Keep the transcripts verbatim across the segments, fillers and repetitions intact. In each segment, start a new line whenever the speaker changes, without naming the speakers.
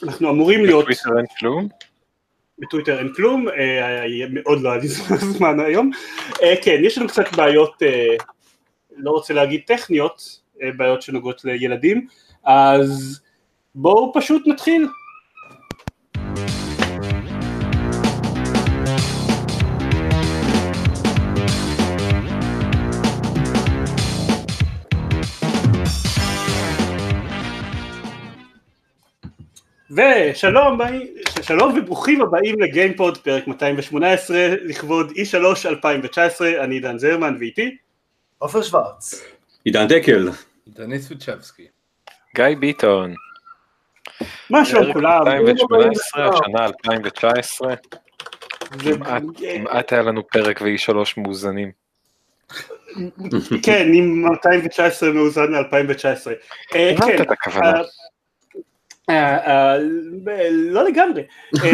אנחנו אמורים להיות...
בטוויטר אין כלום?
בטוויטר אין כלום, מאוד לא היה לי זמן היום. כן, יש לנו קצת בעיות, לא רוצה להגיד טכניות, בעיות שנוגעות לילדים, אז בואו פשוט נתחיל. ושלום שלום וברוכים הבאים לגיימפוד פרק מאתיים ושמונה עשרה לכבוד אי שלוש אלפיים תשע עשרה. אני עידן זרמן ואיתי
עופר שוורץ,
עידן דקל,
דניס וצ'בסקי,
גיא ביטון.
מה שלום כולם?
אלפיים ושמונה עשרה, השנה אלפיים ותשע עשרה, כמעט היה לנו פרק ואי שלוש מאוזנים.
כן, עם מאתיים ותשע עשרה מאוזן מ-אלפיים ותשע עשרה.
הבנת את הכוונה.
לא לגמרי.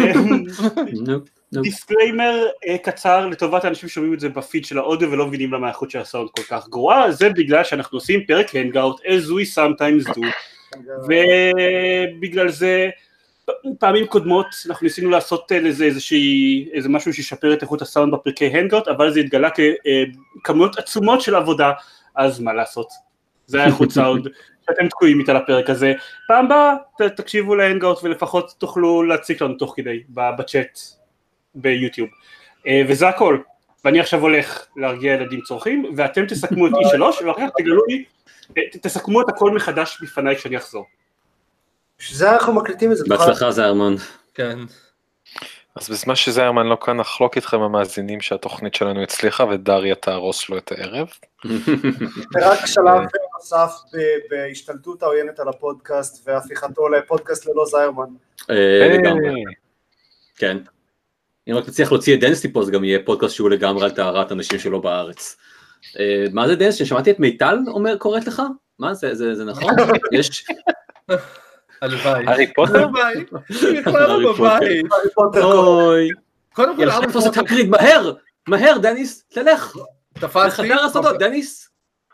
דיסקליימר קצר לטובת האנשים ששומעים את זה בפיד של האודיו ולא מבינים למה האיכות של הסאונד כל כך גרועה. זה בגלל שאנחנו עושים פרק הנגאוט as we sometimes do, ובגלל זה פעמים קודמות אנחנו ניסינו לעשות לזה איזה משהו שישפר את איכות הסאונד בפרקי הנגאוט, אבל זה התגלה ככמויות עצומות של עבודה, אז מה לעשות, זה האיכות סאונד שאתם תקועים איתה לפרק הזה. פעם הבאה תקשיבו להנגאוט ולפחות תוכלו להציק לנו תוך כדי בצ'אט ביוטיוב, וזה הכל. ואני עכשיו הולך להרגיע ילדים צורכים, ואתם תסכמו את אי שלוש ואחר כך תגלו לי, תסכמו את הכל מחדש בפניי כשאני אחזור.
שזה אנחנו מקליטים את זה.
בהצלחה זיירמן.
כן.
אז בזמן שזיירמן לא כאן, נחלוק איתכם המאזינים שהתוכנית שלנו הצליחה ודריה תהרוס לו את הערב.
רק שלב נוסף בהשתלטות העוינת על הפודקאסט והפיכתו לפודקאסט ללא זיירמן.
לגמרי. כן. אם רק תצליח להוציא את דנסטי פה, זה גם יהיה פודקאסט שהוא לגמרי על טהרת אנשים שלו בארץ. מה זה דנס? ששמעתי את מיטל אומר, קוראת לך? מה זה? זה נכון? יש...
הלוואי.
הארי פוטר?
הלוואי. היא בכלל לא בבית.
אוי.
קודם כל,
ילך לתפוס את הקריד, מהר! מהר, דניס, תלך.
תפסתי.
לחדר הסודות, דניס.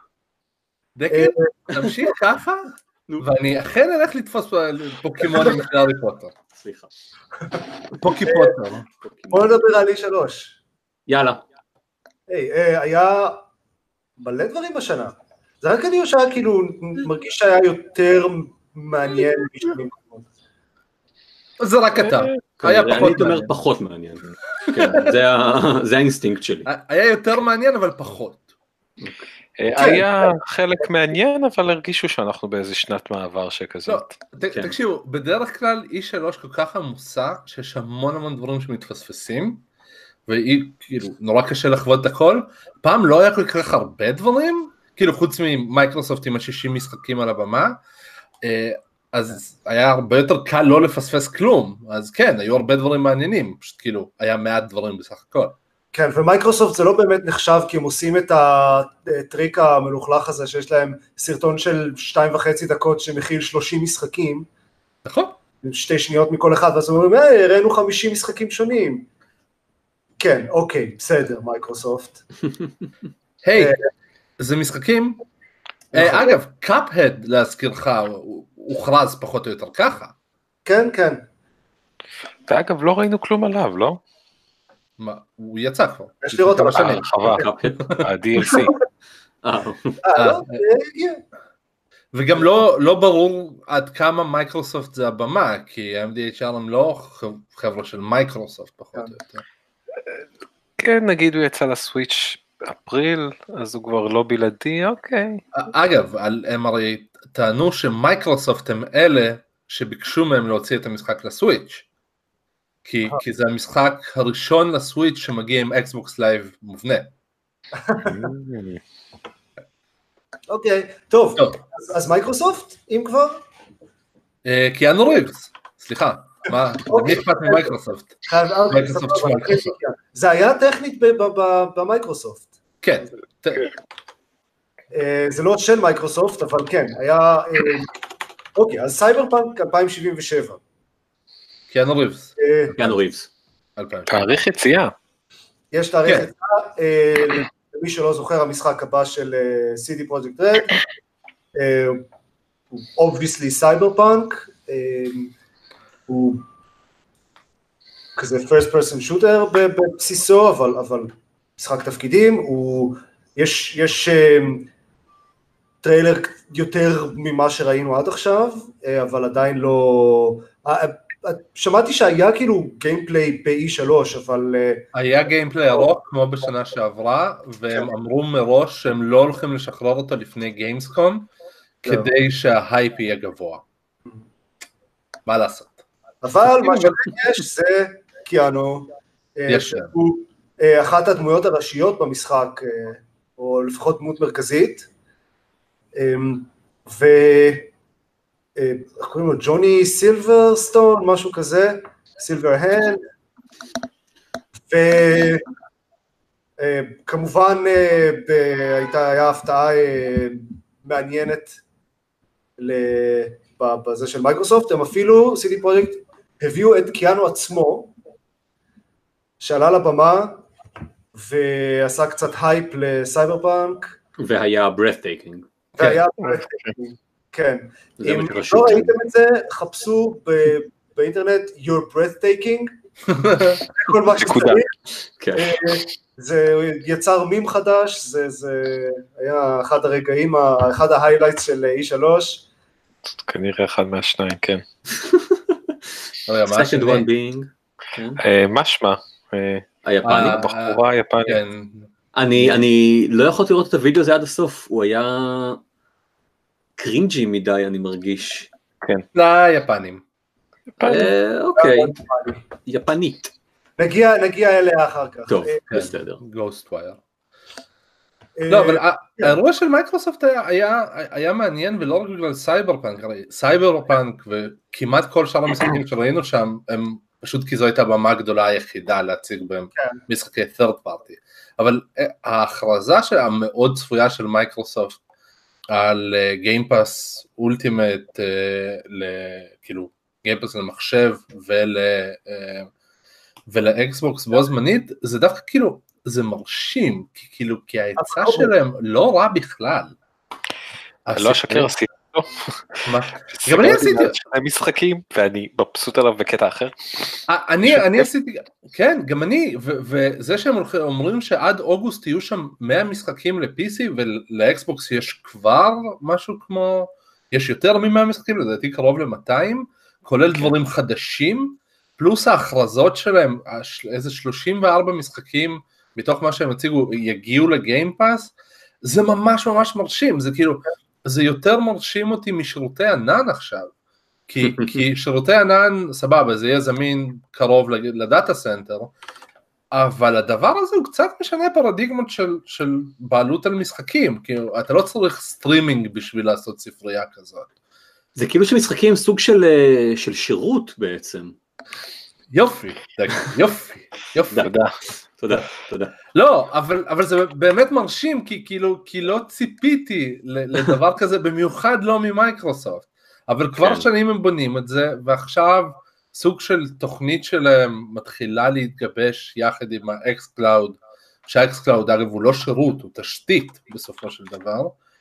דקל, תמשיך ככה, ואני אכן אלך לתפוס פוקימונים של הארי פוטר.
סליחה.
פוקי פוטר.
בוא נדבר על אי שלוש.
יאללה.
היי, היה מלא דברים בשנה. זה רק אני שהיה כאילו, מרגיש שהיה יותר מעניין משנים קודמות.
זה רק אתה. היה פחות
מעניין. אני אומר פחות מעניין. זה האינסטינקט שלי.
היה יותר מעניין, אבל פחות.
היה חלק מעניין, אבל הרגישו שאנחנו באיזה שנת מעבר שכזאת.
תקשיבו, בדרך כלל אי שלוש כל כך עמוסה, שיש המון המון דברים שמתפספסים, והיא כאילו נורא קשה לחוות את הכל. פעם לא היה כל כך הרבה דברים, כאילו חוץ ממייקרוסופט עם ה-שישים משחקים על הבמה, אז היה הרבה יותר קל לא לפספס כלום. אז כן, היו הרבה דברים מעניינים, פשוט כאילו היה מעט דברים בסך הכל.
כן, ומייקרוסופט זה לא באמת נחשב, כי הם עושים את הטריק המלוכלך הזה, שיש להם סרטון של שתיים וחצי דקות שמכיל שלושים משחקים.
נכון.
שתי שניות מכל אחד, ואז אומרים, היי, הראינו חמישים משחקים שונים. כן, אוקיי, בסדר, מייקרוסופט.
היי, זה משחקים. אגב, קאפהד להזכירך, הוכרז פחות או יותר ככה.
כן, כן.
ואגב, לא ראינו כלום עליו, לא?
מה, הוא יצא כבר.
יש לראות על השנים.
הרחבה, ה-די אל סי.
אה, לא, הגיע.
וגם לא, לא ברור עד כמה מייקרוסופט זה הבמה, כי ה-אם די אייץ' אר הם לא חבר'ה של מייקרוסופט פחות או יותר.
כן, נגיד הוא יצא לסוויץ' אפריל, אז הוא כבר לא בלעדי, אוקיי.
אגב, הם הרי טענו שמייקרוסופט הם אלה שביקשו מהם להוציא את המשחק לסוויץ'. כי, כי זה המשחק הראשון לסוויץ' שמגיע עם אקסבוקס לייב מובנה.
אוקיי, טוב, אז, אז מייקרוסופט, אם כבר?
קיאנו ריבס, סליחה, מה, אני אכפת ממייקרוסופט.
זה היה טכנית במייקרוסופט.
כן.
זה לא של מייקרוסופט, אבל כן, היה, אוקיי, אז סייבר פאנק אלפיים שבעים ושבע.
קיאנו ריבס.
קיאנו ריבס.
תאריך יציאה.
יש תאריך יציאה, למי שלא זוכר, המשחק הבא של סי די Projekt Red, הוא obviously סייבר פאנק, הוא כזה first person shooter בבסיסו, אבל, אבל משחק תפקידים, הוא, יש, יש טריילר יותר ממה שראינו עד עכשיו, אבל עדיין לא, שמעתי שהיה כאילו גיימפליי ב-אי שלוש, אבל...
היה גיימפליי ארוך כמו בשנה שעברה, והם אמרו מראש שהם לא הולכים לשחרר אותו לפני גיימסקום, כדי שההייפ יהיה גבוה. מה לעשות?
אבל מה שיש זה קיאנו, שהוא אחת הדמויות הראשיות במשחק, או לפחות דמות מרכזית, ו... איך קוראים לו? ג'וני סילברסטון, משהו כזה, סילברהנד, וכמובן הייתה הפתעה מעניינת בזה של מייקרוסופט, הם אפילו, סי די פרויקט, הביאו את קיאנו עצמו, שעלה לבמה, ועשה קצת הייפ לסייבר פאנק.
והיה breathtaking.
והיה breathtaking. כן, אם לא ראיתם את זה, חפשו באינטרנט your breathtaking, כל מה שצריך, זה יצר מים חדש, זה היה אחד הרגעים, אחד ההיילייטס של אי שלוש.
כנראה אחד מהשניים, כן.
second one being,
משמע,
היפני,
בחורה יפנית.
אני לא יכולתי לראות את הוידאו הזה עד הסוף, הוא היה... קרינג'י מדי אני מרגיש.
כן.
לא, יפנים.
אוקיי, יפנית.
נגיע אליה אחר כך.
טוב, בסדר.
גוסטווייר. לא, אבל האירוע של מייקרוסופט היה מעניין, ולא רק בגלל סייבר פאנק, סייבר פאנק וכמעט כל שאר המשחקים שראינו שם, הם פשוט כי זו הייתה במה הגדולה היחידה להציג בהם משחקי third party. אבל ההכרזה המאוד צפויה של מייקרוסופט, על גיימפאס אולטימט, כאילו גיימפאס למחשב ולאקסבוקס בו זמנית, זה דווקא כאילו, זה מרשים, כאילו, כי ההצעה שלהם לא רע בכלל.
לא שקר עשיתי לו.
גם אני עשיתי.
שני משחקים, ואני מבסוט עליו בקטע אחר.
אני עשיתי, כן, גם אני, וזה שהם אומרים שעד אוגוסט יהיו שם מאה משחקים ל-פי סי, ולאקסבוקס יש כבר משהו כמו, יש יותר מ-מאה משחקים, לדעתי קרוב ל-מאתיים, כולל דברים חדשים, פלוס ההכרזות שלהם, איזה שלושים וארבעה משחקים, מתוך מה שהם הציגו, יגיעו לגיימפאס, זה ממש ממש מרשים, זה כאילו, זה יותר מרשים אותי משירותי ענן עכשיו, כי, כי שירותי ענן, סבבה, זה יהיה זמין קרוב לדאטה סנטר, אבל הדבר הזה הוא קצת משנה פרדיגמות של, של בעלות על משחקים, כי אתה לא צריך סטרימינג בשביל לעשות ספרייה כזאת.
זה כאילו שמשחקים סוג של, של שירות בעצם.
יופי, יופי, יופי.
תודה, תודה, תודה.
לא, אבל, אבל זה באמת מרשים, כי, כאילו, כי לא ציפיתי לדבר כזה, במיוחד לא ממייקרוסופט, אבל כבר כן. שנים הם בונים את זה, ועכשיו סוג של תוכנית שלהם מתחילה להתגבש יחד עם האקס קלאוד, שהאקס קלאוד אגב הוא לא שירות, הוא תשתית בסופו של דבר,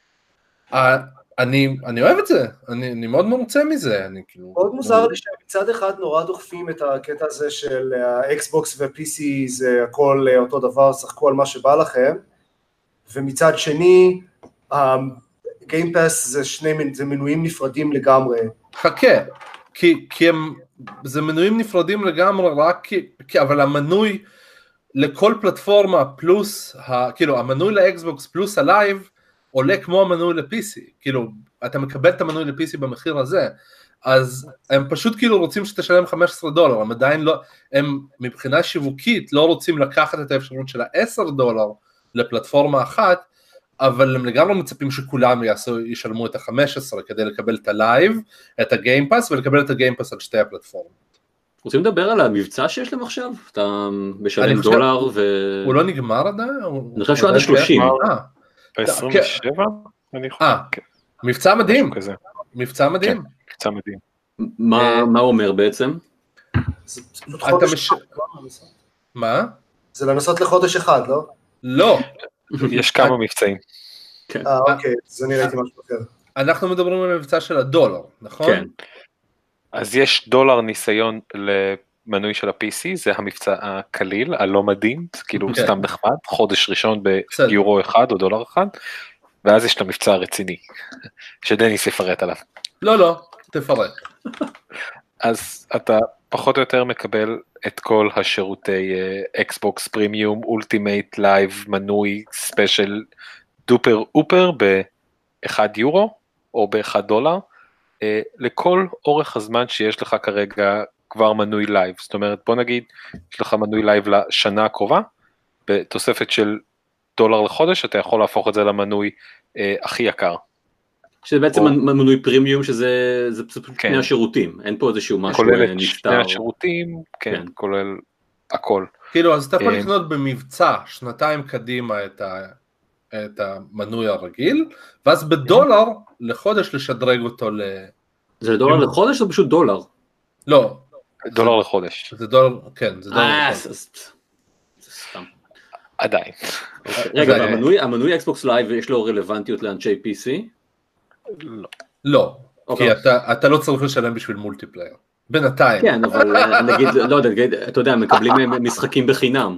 אני, אני אוהב את זה, אני, אני מאוד מרוצה מזה, אני כאילו...
מאוד מוזר לי שמצד אחד נורא דוחפים את הקטע הזה של האקסבוקס ו-פי סי זה הכל אותו דבר, שחקו על מה שבא לכם, ומצד שני, הגיימפאס זה שני, זה מנויים נפרדים לגמרי.
חכה, כי, כי הם, זה מנויים נפרדים לגמרי, רק כי, כי, אבל המנוי לכל פלטפורמה פלוס, ה, כאילו המנוי לאקסבוקס פלוס הלייב, עולה כמו המנוי ל-פי סי, כאילו, אתה מקבל את המנוי ל-פי סי במחיר הזה, אז הם פשוט כאילו רוצים שתשלם חמישה עשר דולר, הם עדיין לא, הם מבחינה שיווקית לא רוצים לקחת את האפשרות של ה-עשרה דולר לפלטפורמה אחת, אבל הם לגמרי מצפים שכולם יעשו, ישלמו את ה-חמש עשרה כדי לקבל את הלייב, את הגיימפאס, ולקבל את הגיימפאס על שתי הפלטפורמות.
רוצים לדבר על המבצע שיש להם עכשיו? אתה משלם דולר ו...
הוא לא נגמר עדיין?
אני חושב שהוא עד ה-שלושים.
ב-עשרים ושבע?
אה, מבצע מדהים. מבצע מדהים.
מבצע מדהים.
מה הוא אומר בעצם?
מה?
זה לנסות לחודש אחד, לא?
לא.
יש כמה מבצעים.
אה, אוקיי, אז אני ראיתי משהו אחר.
אנחנו מדברים על המבצע של הדולר, נכון?
כן.
אז יש דולר ניסיון למנוי של ה-פי סי, זה המבצע הקליל, הלא מדהים, כאילו סתם נחמד, חודש ראשון ביורו אחד או דולר אחד, ואז יש את המבצע הרציני, שדניס יפרט עליו.
לא, לא, תפרט.
אז אתה פחות או יותר מקבל את כל השירותי אקסבוקס פרימיום, אולטימייט, לייב, מנוי, ספיישל, דופר אופר ב-אחד יורו או ב-אחד דולר, לכל אורך הזמן שיש לך כרגע כבר מנוי לייב. זאת אומרת, בוא נגיד, יש לך מנוי לייב לשנה הקרובה, בתוספת של דולר לחודש, אתה יכול להפוך את זה למנוי הכי יקר.
שזה בעצם מנוי פרימיום, שזה פשוט שני השירותים, אין פה איזשהו משהו נפטר.
כולל את שני השירותים, כן, כולל הכל.
כאילו, אז אתה יכול לקנות במבצע שנתיים קדימה את המנוי הרגיל, ואז בדולר לחודש לשדרג אותו ל...
זה דולר לחודש או פשוט דולר?
לא.
דולר לחודש.
זה דולר, כן, זה דולר לחודש.
זה סתם.
עדיין.
רגע, המנוי אקסבוקס לייב יש לו רלוונטיות לאנשי פי סי?
לא.
לא, כי אתה לא צריך לשלם בשביל מולטיפלייר. בינתיים.
כן, אבל נגיד, לא יודע, אתה יודע, מקבלים משחקים בחינם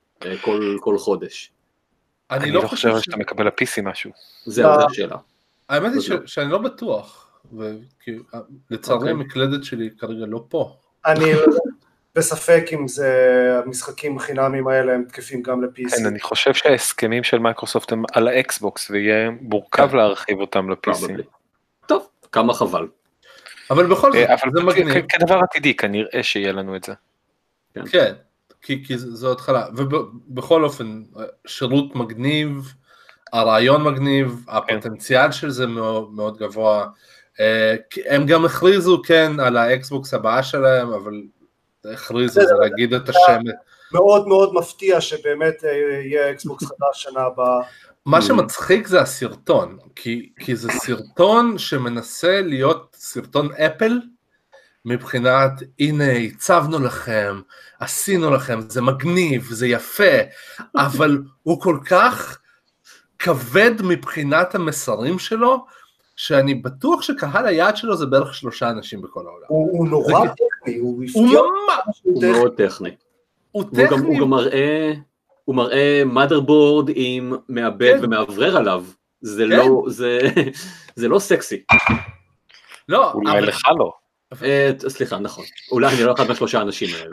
כל חודש.
אני לא חושב שאתה מקבל ל-פי סי משהו.
זהו, זו השאלה.
האמת היא שאני לא בטוח, ולצערי המקלדת שלי כרגע לא פה.
אני בספק אם זה המשחקים חינמים האלה הם תקפים גם ל-פי סי.
כן, אני חושב שההסכמים של מייקרוסופט הם על האקסבוקס, ויהיה מורכב להרחיב אותם ל-פי סי.
טוב, כמה חבל.
אבל בכל זאת, זה מגניב.
כדבר עתידי, כנראה שיהיה לנו את זה.
כן, כי זו התחלה. ובכל אופן, שירות מגניב, הרעיון מגניב, הפוטנציאל של זה מאוד גבוה. הם גם הכריזו, כן, על האקסבוקס הבאה שלהם, אבל הכריזו זה להגיד את השם.
מאוד מאוד מפתיע שבאמת יהיה אקסבוקס חדש שנה הבאה.
מה שמצחיק זה הסרטון, כי, כי זה סרטון שמנסה להיות סרטון אפל, מבחינת, הנה, הצבנו לכם, עשינו לכם, זה מגניב, זה יפה, אבל הוא כל כך כבד מבחינת המסרים שלו, שאני בטוח שקהל היעד שלו זה בערך שלושה אנשים בכל העולם.
הוא, הוא נורא טכני, הוא
הפתיע.
הוא מאוד טכני.
הוא טכני.
הוא גם מראה... הוא מראה motherboard עם מעבד כן. ומעברר עליו, זה, כן. לא, זה, זה לא סקסי.
לא,
אולי אבל... לך לא.
אה, סליחה, נכון. אולי אני לא אחד מהשלושה אנשים האלה.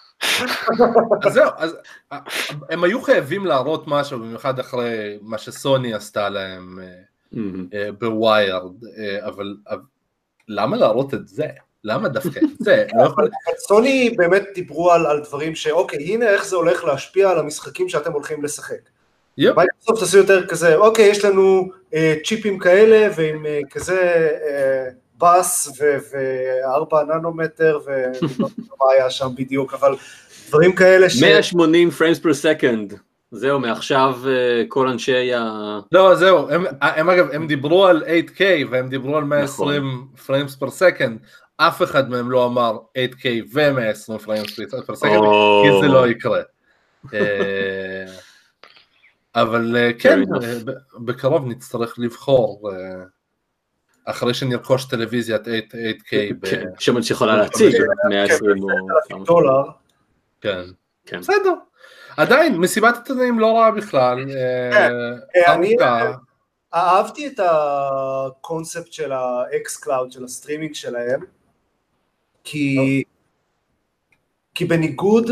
אז זהו, אז הם היו חייבים להראות משהו, במיוחד אחרי מה שסוני עשתה להם mm-hmm. בוויירד, אבל למה להראות את זה? למה דווקא את זה?
סוני באמת דיברו על, על דברים שאוקיי, הנה איך זה הולך להשפיע על המשחקים שאתם הולכים לשחק. מייקרוסופט עשו יותר כזה, אוקיי, יש לנו אה, צ'יפים כאלה, ועם אה, כזה אה, בס וארבע ננומטר, ולא מה היה שם בדיוק, אבל דברים כאלה ש...
מאה ושמונים frames per second, זהו, מעכשיו אה, כל אנשי ה...
לא, זהו, הם, הם אגב, הם דיברו על אייט קיי, והם דיברו על מאה ועשרים frames per second, אף אחד מהם לא אמר אייט קיי ו-מאה ועשרים frames per second, כי זה לא יקרה. אבל כן, בקרוב נצטרך לבחור, אחרי שנרכוש טלוויזיית אייט קיי.
שמן שיכולה להציג, מאה ועשרים
דולר.
כן, בסדר. עדיין, מסיבת עיתונאים לא רעה בכלל.
אני אהבתי את הקונספט של האקס קלאוד, של הסטרימינג שלהם, כי, כי בניגוד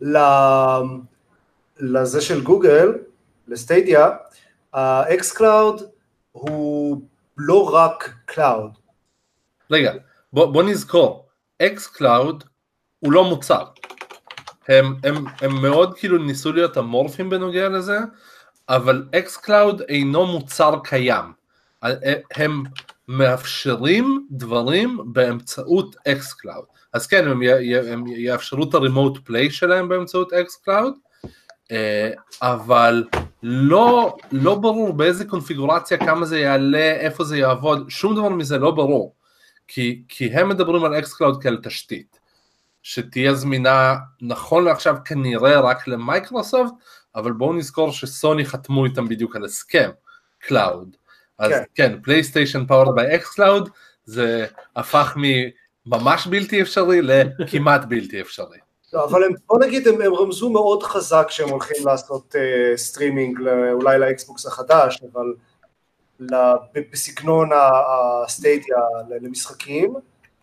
לזה של גוגל, לסטיידיה, האקס קלאוד הוא לא רק קלאוד.
רגע, בוא, בוא נזכור, אקס קלאוד הוא לא מוצר. הם, הם, הם מאוד כאילו ניסו להיות אמורפים בנוגע לזה, אבל אקס קלאוד אינו מוצר קיים. הם מאפשרים דברים באמצעות אקס קלאוד. אז כן, הם, הם יאפשרו את הרימוט פליי שלהם באמצעות אקס קלאוד, אבל לא, לא ברור באיזה קונפיגורציה, כמה זה יעלה, איפה זה יעבוד, שום דבר מזה לא ברור, כי, כי הם מדברים על אקס קלאוד כאל תשתית, שתהיה זמינה נכון לעכשיו כנראה רק למייקרוסופט, אבל בואו נזכור שסוני חתמו איתם בדיוק על הסכם קלאוד, אז כן, פלייסטיישן פאורד ביי אקס קלאוד, זה הפך ממש בלתי אפשרי לכמעט בלתי אפשרי.
לא, אבל הם, בוא נגיד, הם, הם רמזו מאוד חזק שהם הולכים לעשות uh, סטרימינג אולי לאקסבוקס החדש, אבל בסגנון הסטיידיה למשחקים,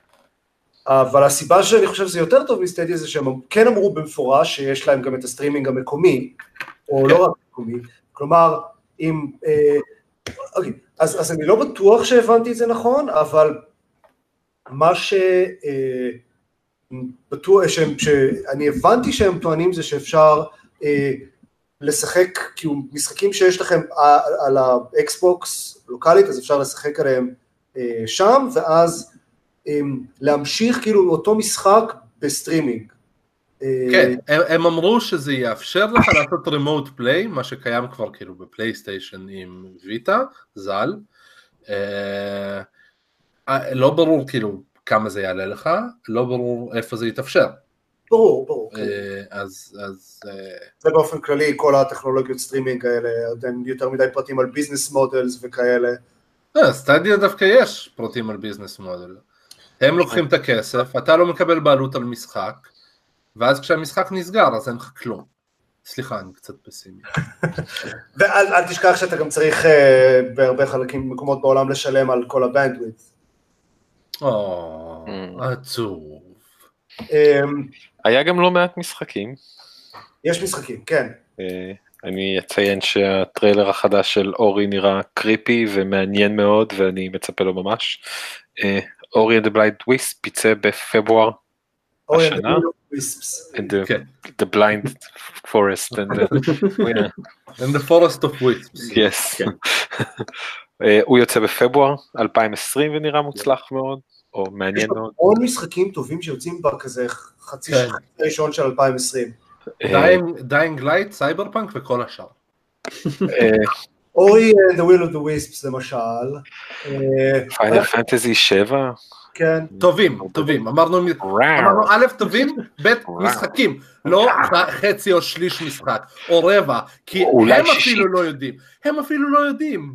אבל הסיבה שאני חושב שזה יותר טוב מסטיידיה זה שהם כן אמרו במפורש שיש להם גם את הסטרימינג המקומי, או לא רק מקומי, כלומר, אם, אה, אוקיי, אז, אז אני לא בטוח שהבנתי את זה נכון, אבל מה ש... אה, בטוח, שהם, שאני הבנתי שהם טוענים זה שאפשר אה, לשחק, כאילו משחקים שיש לכם על האקסבוקס לוקלית, אז אפשר לשחק עליהם אה, שם, ואז אה, להמשיך כאילו אותו משחק בסטרימינג.
כן, הם, הם אמרו שזה יאפשר לך לעשות רימוט פליי, מה שקיים כבר כאילו בפלייסטיישן עם ויטה, זל, אה, לא ברור כאילו כמה זה יעלה לך, לא ברור איפה זה יתאפשר.
ברור, ברור.
אז, אז...
זה באופן כללי, כל הטכנולוגיות סטרימינג האלה, יותר מדי פרטים על ביזנס מודלס וכאלה.
סטדיה דווקא יש פרטים על ביזנס מודל. הם לוקחים את הכסף, אתה לא מקבל בעלות על משחק, ואז כשהמשחק נסגר, אז אין לך כלום. סליחה, אני קצת פסימי.
ואל תשכח שאתה גם צריך בהרבה חלקים, מקומות בעולם לשלם על כל הבנדווידט.
או, עצוב.
היה גם לא מעט משחקים.
יש משחקים, כן.
אני אציין שהטריילר החדש של אורי נראה קריפי ומעניין מאוד, ואני מצפה לו ממש. אורי and the Blind Wisp יצא בפברואר השנה. The Blind Forest.
And the Forest of Wisps.
Yes. הוא יוצא בפברואר אלפיים ועשרים ונראה מוצלח מאוד, או מעניין מאוד.
יש עוד משחקים טובים שיוצאים בכזה חצי ראשון של אלפיים ועשרים.
דיינג לייט, סייבר פאנק וכל השאר.
אורי and the Will of the Wisps למשל.
פיינל פנטזי שבע.
כן.
טובים, טובים. אמרנו א' טובים, ב' משחקים. לא חצי או שליש משחק, או רבע, כי הם אפילו לא יודעים. הם אפילו לא יודעים.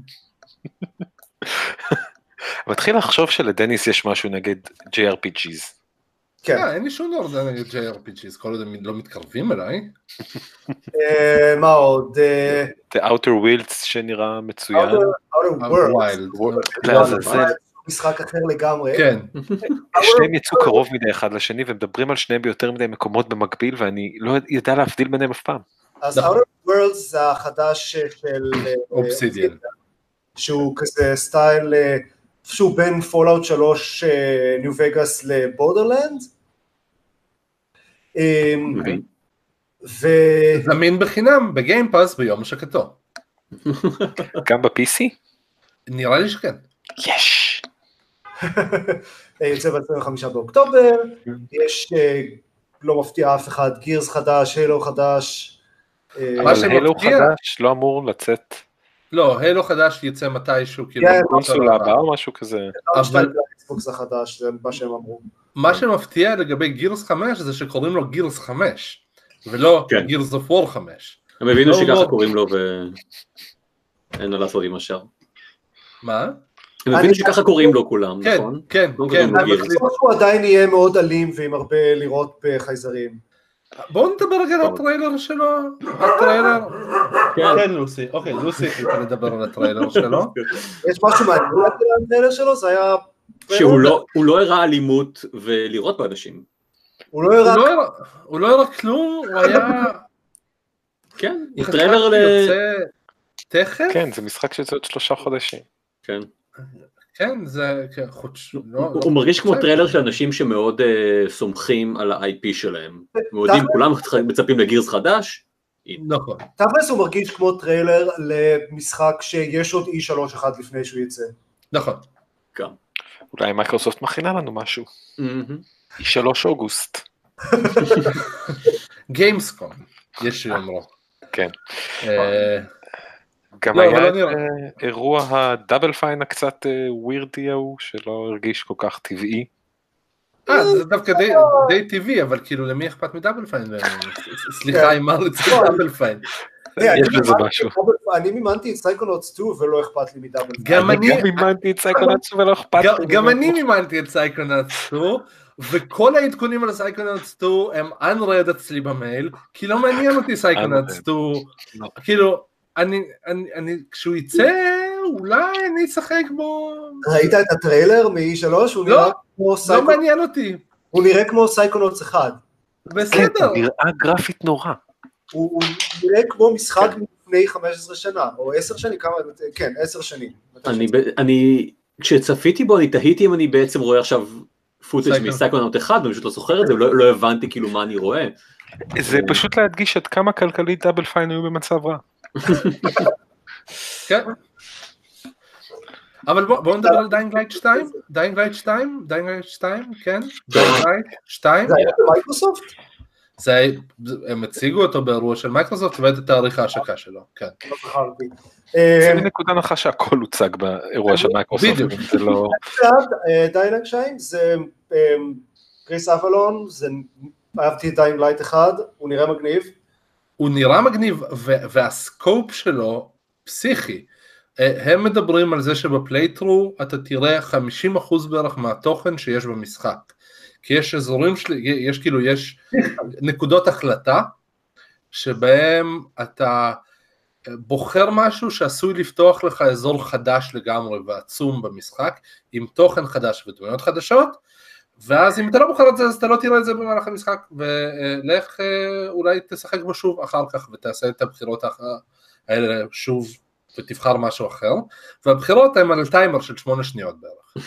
מתחיל לחשוב שלדניס יש משהו נגד ג'יי אר פי ג'יז.
כן. אין לי שום דבר נגד ג'יי אר פי ג'יז, כל עוד הם לא מתקרבים אליי.
מה עוד?
The Outer Wilds שנראה מצוין.
Outer Worlds. משחק אחר לגמרי.
כן.
שניהם יצאו קרוב מדי אחד לשני, ומדברים על שניהם ביותר מדי מקומות במקביל, ואני לא ידע להבדיל ביניהם אף פעם.
אז Outer Worlds זה החדש של...
אובסידיאן.
שהוא כזה סטייל, שהוא בין פולאוט שלוש ניו וגאס לבורדרלנד.
זמין בחינם בגיימפאס ביום השקתו.
גם ב-פי סי?
נראה לי שכן.
יש!
יוצא ב-עשרים וחמישה באוקטובר, יש, לא מפתיע אף אחד, גירס חדש, הילו חדש.
אבל הילו חדש לא אמור לצאת.
לא, הילו חדש יצא מתישהו, כאילו,
קונסולה הבאה או משהו כזה.
אבל האקסבוקס החדש, זה מה שהם אמרו.
מה שמפתיע לגבי גירס חמש זה שקוראים לו גירס חמש, ולא גירס אוף וור חמש.
הם הבינו שככה קוראים לו ואין לו לעשות עם השאר.
מה?
הם הבינו שככה קוראים לו כולם, נכון?
כן, כן.
אני חושב שהוא עדיין יהיה מאוד אלים ועם הרבה לראות בחייזרים.
בואו נדבר רגע על הטריילר שלו, הטריילר, כן לוסי, אוקיי לוסי, אתה לדבר על הטריילר שלו.
יש משהו מעניין על הטריילר שלו, זה היה...
שהוא לא הראה אלימות ולירות באנשים.
הוא לא הראה...
הוא לא הראה כלום, הוא היה...
כן, טריילר ל...
תכף?
כן, זה משחק שיוצא עוד שלושה חודשים.
כן.
כן, זה חודש...
הוא מרגיש כמו טריילר של אנשים שמאוד סומכים על ה-איי פי שלהם. הם יודעים, כולם מצפים לגירס חדש.
נכון.
תכלס הוא מרגיש כמו טריילר למשחק שיש עוד אי שלוש אחד לפני שהוא יצא.
נכון.
כן.
אולי מייקרוסופט מכינה לנו משהו. אי שלוש אוגוסט.
גיימסקום, יש שיאמרו.
כן. גם היה את אירוע הדאבל פיין הקצת ווירדי ההוא, שלא הרגיש כל כך טבעי.
אה, זה דווקא די טבעי, אבל כאילו למי אכפת מדאבל פיין? סליחה, אם מה רצית דאבל פיין?
יש בזה משהו.
אני מימנתי את סייקונוטס שתיים ולא אכפת לי מדאבל פייל.
גם אני מימנתי את סייקונוטס שתיים ולא אכפת לי.
גם אני מימנתי את סייקונוטס שתיים, וכל העדכונים על סייקונוטס שתיים הם unread אצלי במייל, כי לא מעניין אותי סייקונוטס שתיים. כאילו, אני, כשהוא יצא, אולי אני אשחק בו.
ראית את הטריילר מ-E שלוש?
לא, לא מעניין אותי.
הוא נראה כמו סייקונוטס אחד.
בסדר.
הוא נראה גרפית נורא.
הוא נראה כמו משחק לפני חמש עשרה שנה, או עשר שנים, כמה, כן, עשר שנים.
אני, כשצפיתי בו, אני תהיתי אם אני בעצם רואה עכשיו פוטאג' מסייקונוט אחד, ואני פשוט לא זוכר את זה, ולא הבנתי כאילו מה אני רואה.
זה פשוט להדגיש עד כמה כלכלית דאבל פיין היו במצב רע.
כן. אבל בואו נדבר על דיינג לייט שתיים, דיינג לייט שתיים, דיינג לייט שתיים, כן, דיינג לייט שתיים.
זה היה במייקרוסופט?
הם הציגו אותו באירוע של מייקרוסופט, ואת תאריך ההשקה שלו, כן.
לא זכרתי.
זה מנקודה הנחה שהכל הוצג באירוע של מייקרוסופט.
בדיוק.
דיינג לייט שתיים זה קריס אבלון, אהבתי את דיינג לייט אחד, הוא נראה מגניב.
הוא נראה מגניב, והסקופ שלו פסיכי. הם מדברים על זה שבפלייטרו אתה תראה חמישים אחוז בערך מהתוכן שיש במשחק. כי יש אזורים שלי, יש כאילו, יש נקודות החלטה, שבהם אתה בוחר משהו שעשוי לפתוח לך אזור חדש לגמרי ועצום במשחק, עם תוכן חדש ודמויות חדשות, ואז אם אתה לא בוחר את זה, אז אתה לא תראה את זה במהלך המשחק, ולך אולי תשחק בו שוב אחר כך, ותעשה את הבחירות האלה שוב, ותבחר משהו אחר, והבחירות הן על טיימר של שמונה שניות בערך.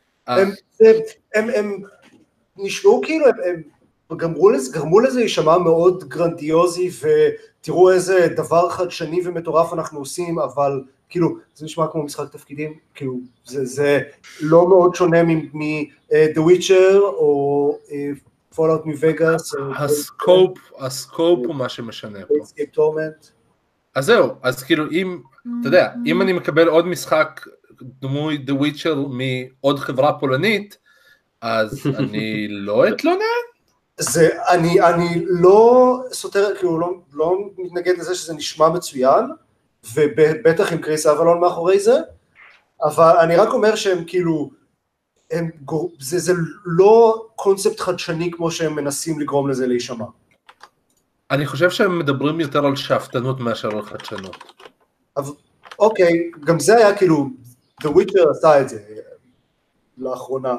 הם נשמעו כאילו, הם גרמו לזה יישמע מאוד גרנדיוזי, ותראו איזה דבר חדשני ומטורף אנחנו עושים, אבל כאילו, זה נשמע כמו משחק תפקידים, כאילו, זה לא מאוד שונה מ-The Witcher, או Fallout New Vegas.
הסקופ, הסקופ הוא מה שמשנה פה. אז זהו, אז כאילו, אם, אתה יודע, אם אני מקבל עוד משחק דמוי The Witcher מעוד חברה פולנית, אז אני לא אתלונן?
זה, אני, אני לא סותר, כאילו, לא, לא מתנגד לזה שזה נשמע מצוין, ובטח עם קריס אבלון מאחורי זה, אבל אני רק אומר שהם כאילו, הם, זה, זה לא קונספט חדשני כמו שהם מנסים לגרום לזה להישמע.
אני חושב שהם מדברים יותר על שאפתנות מאשר על חדשנות.
אבל, אוקיי, גם זה היה כאילו, The Witcher עשה את זה לאחרונה.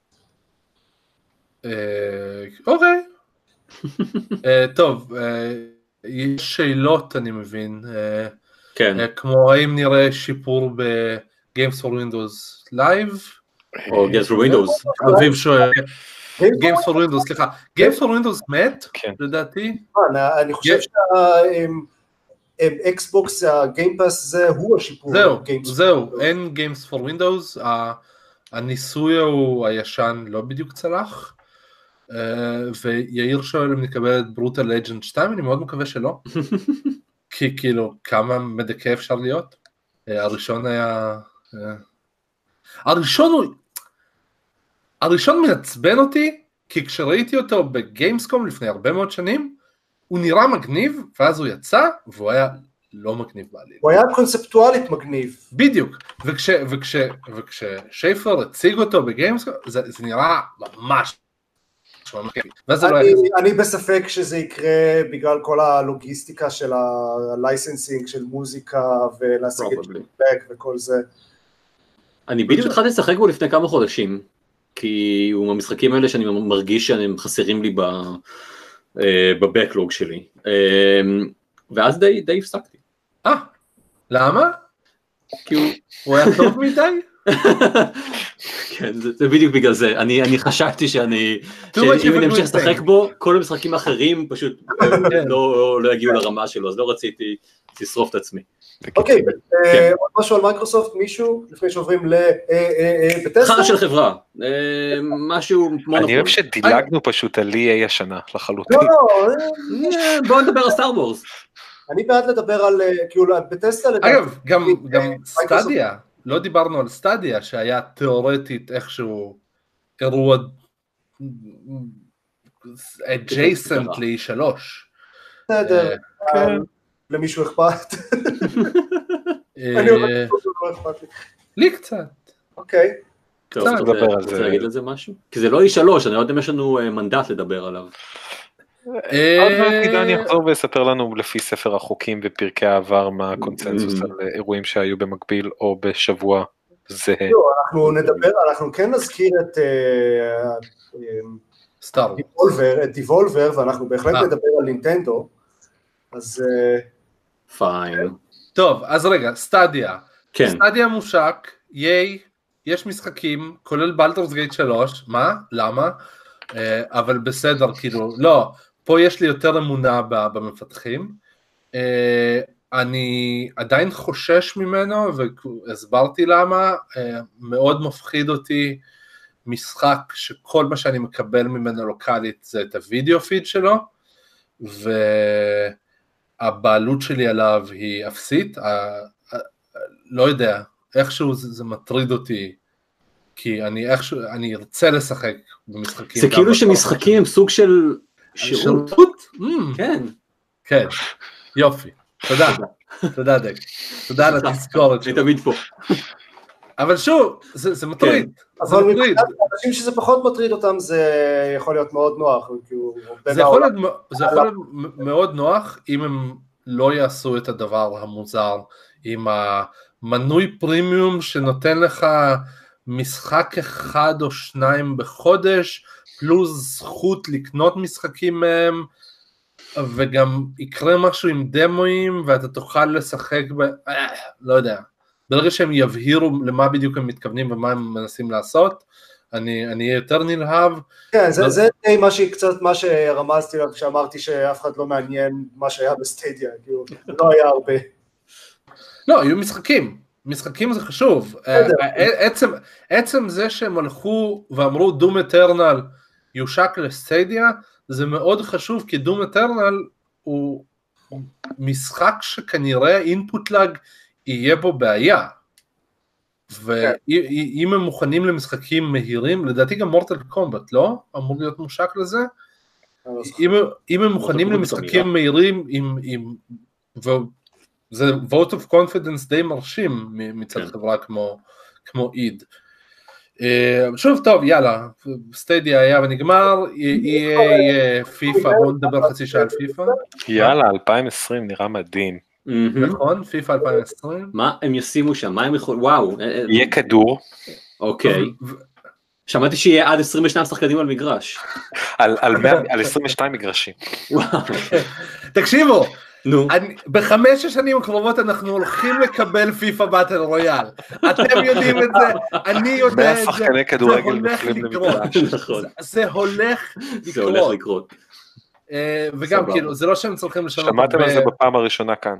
אוקיי. טוב, יש שאלות אני מבין, כמו האם נראה שיפור ב-Games for Windows Live?
או Games for Windows.
אביב שואל. Games for Windows, סליחה. Games for Windows מת, לדעתי?
אני חושב שהאקסבוקס, הגיימפאס זה הוא השיפור.
זהו, זהו, אין Games for Windows, הניסוי הוא הישן לא בדיוק צלח, ויאיר שואל אם נקבל את ברוטל לג'נד שתיים, אני מאוד מקווה שלא, כי כאילו כמה מדכא אפשר להיות. הראשון היה, הראשון הוא, הראשון מעצבן אותי, כי כשראיתי אותו בגיימסקום לפני הרבה מאוד שנים, הוא נראה מגניב, ואז הוא יצא, והוא היה לא מגניב בעליל.
הוא היה קונספטואלית מגניב.
בדיוק, וכש, וכש, וכששייפר הציג אותו בגיימסקום, זה, זה נראה ממש,
אני, אני בספק שזה יקרה בגלל כל הלוגיסטיקה של הלייסנסינג של מוזיקה ולהשיג את פלק וכל זה.
אני בדיוק התחלתי לשחק בו לפני כמה חודשים, כי הוא מהמשחקים האלה שאני מרגיש שהם חסרים לי בבקלוג שלי, ואז די, די הפסקתי.
אה, למה?
כי הוא...
הוא היה טוב מדי?
כן, זה בדיוק בגלל זה, אני חשבתי שאני, שאם אני אמשיך לשחק בו, כל המשחקים האחרים פשוט לא יגיעו לרמה שלו, אז לא רציתי לשרוף את עצמי.
אוקיי, עוד משהו על מייקרוסופט, מישהו, לפני שעוברים לבטסטה?
חרא של חברה, משהו מונופול.
אני אוהב שדילגנו פשוט על אי איי השנה, לחלוטין.
לא, לא,
בואו נדבר על סטאר וורס.
אני בעד לדבר על, כאילו, בטסטה...
אגב, גם סטדיה. לא דיברנו על סטדיה, שהיה תיאורטית איכשהו אירוע adjacent ל-E שלוש.
בסדר. למישהו אכפת. אני אומר, לא אכפת לי.
לי קצת.
אוקיי.
טוב, אתה רוצה להגיד לזה משהו? כי זה לא אי שלוש, אני לא יודע אם יש לנו מנדט לדבר עליו.
עוד מעט עידן יחזור ויספר לנו לפי ספר החוקים ופרקי העבר מה הקונצנזוס על אירועים שהיו במקביל או בשבוע זה.
אנחנו נדבר, אנחנו כן נזכיר את דיבולבר, את דיבולבר, ואנחנו בהחלט נדבר על נינטנדו, אז...
פיין.
טוב, אז רגע, סטדיה. סטדיה מושק, ייי, יש משחקים, כולל בלדורס גייט שלוש, מה? למה? אבל בסדר, כאילו, לא, פה יש לי יותר אמונה במפתחים, אני עדיין חושש ממנו, והסברתי למה, מאוד מפחיד אותי משחק שכל מה שאני מקבל ממנו לוקלית זה את הוידאו פיד שלו, והבעלות שלי עליו היא אפסית, לא יודע, איכשהו זה, זה מטריד אותי, כי אני איכשהו, אני ארצה לשחק במשחקים.
זה כאילו שמשחקים הם סוג של שירות? כן.
כן, יופי, תודה, תודה דק, תודה על התזכורת
שלו. אני תמיד פה.
אבל שוב, זה, זה מטריד.
אבל מבחינת אנשים שזה פחות מטריד אותם, זה יכול להיות מאוד נוח.
זה יכול להיות, זה יכול להיות מאוד נוח, אם הם לא יעשו את הדבר המוזר, עם המנוי פרימיום שנותן לך משחק אחד או שניים בחודש, פלוס זכות לקנות משחקים מהם, וגם יקרה משהו עם דמוים, ואתה תוכל לשחק ב... לא יודע. ברגע שהם יבהירו למה בדיוק הם מתכוונים ומה הם מנסים לעשות, אני אהיה יותר נלהב.
כן, זה די מה שקצת, מה שרמזתי לה כשאמרתי שאף אחד לא מעניין מה שהיה בסטדיה, כאילו, לא היה הרבה.
לא, היו משחקים, משחקים זה חשוב. עצם, עצם זה שהם הלכו ואמרו דום אטרנל יושק לסטדיה, זה מאוד חשוב, כי דום אטרנל הוא משחק שכנראה אינפוט לאג יהיה בו בעיה, ואם הם מוכנים למשחקים מהירים, לדעתי גם מורטל קומבט, לא? אמור להיות מושק לזה? אם הם מוכנים למשחקים מהירים, וזה vote of confidence די מרשים מצד חברה כמו איד. שוב, טוב, יאללה, סטדיה היה ונגמר, יהיה פיפה, בואו נדבר חצי שעה על פיפה.
יאללה, אלפיים ועשרים נראה מדהים.
נכון, פיפה אלפיים ועשרים.
מה הם ישימו שם? מה הם יכולים? וואו.
יהיה כדור.
אוקיי. שמעתי שיהיה עד עשרים ושניים שחקנים על מגרש.
על עשרים ושניים מגרשים.
תקשיבו, בחמש השנים הקרובות אנחנו הולכים לקבל פיפה באטל רויאל. אתם יודעים את זה, אני יודע את זה.
מהשחקני כדורגל נופלים למגרש.
זה הולך לקרות.
זה הולך לקרות.
וגם כאילו, זה לא שהם צריכים לשנות
הרבה. שמעתם על זה בפעם הראשונה כאן.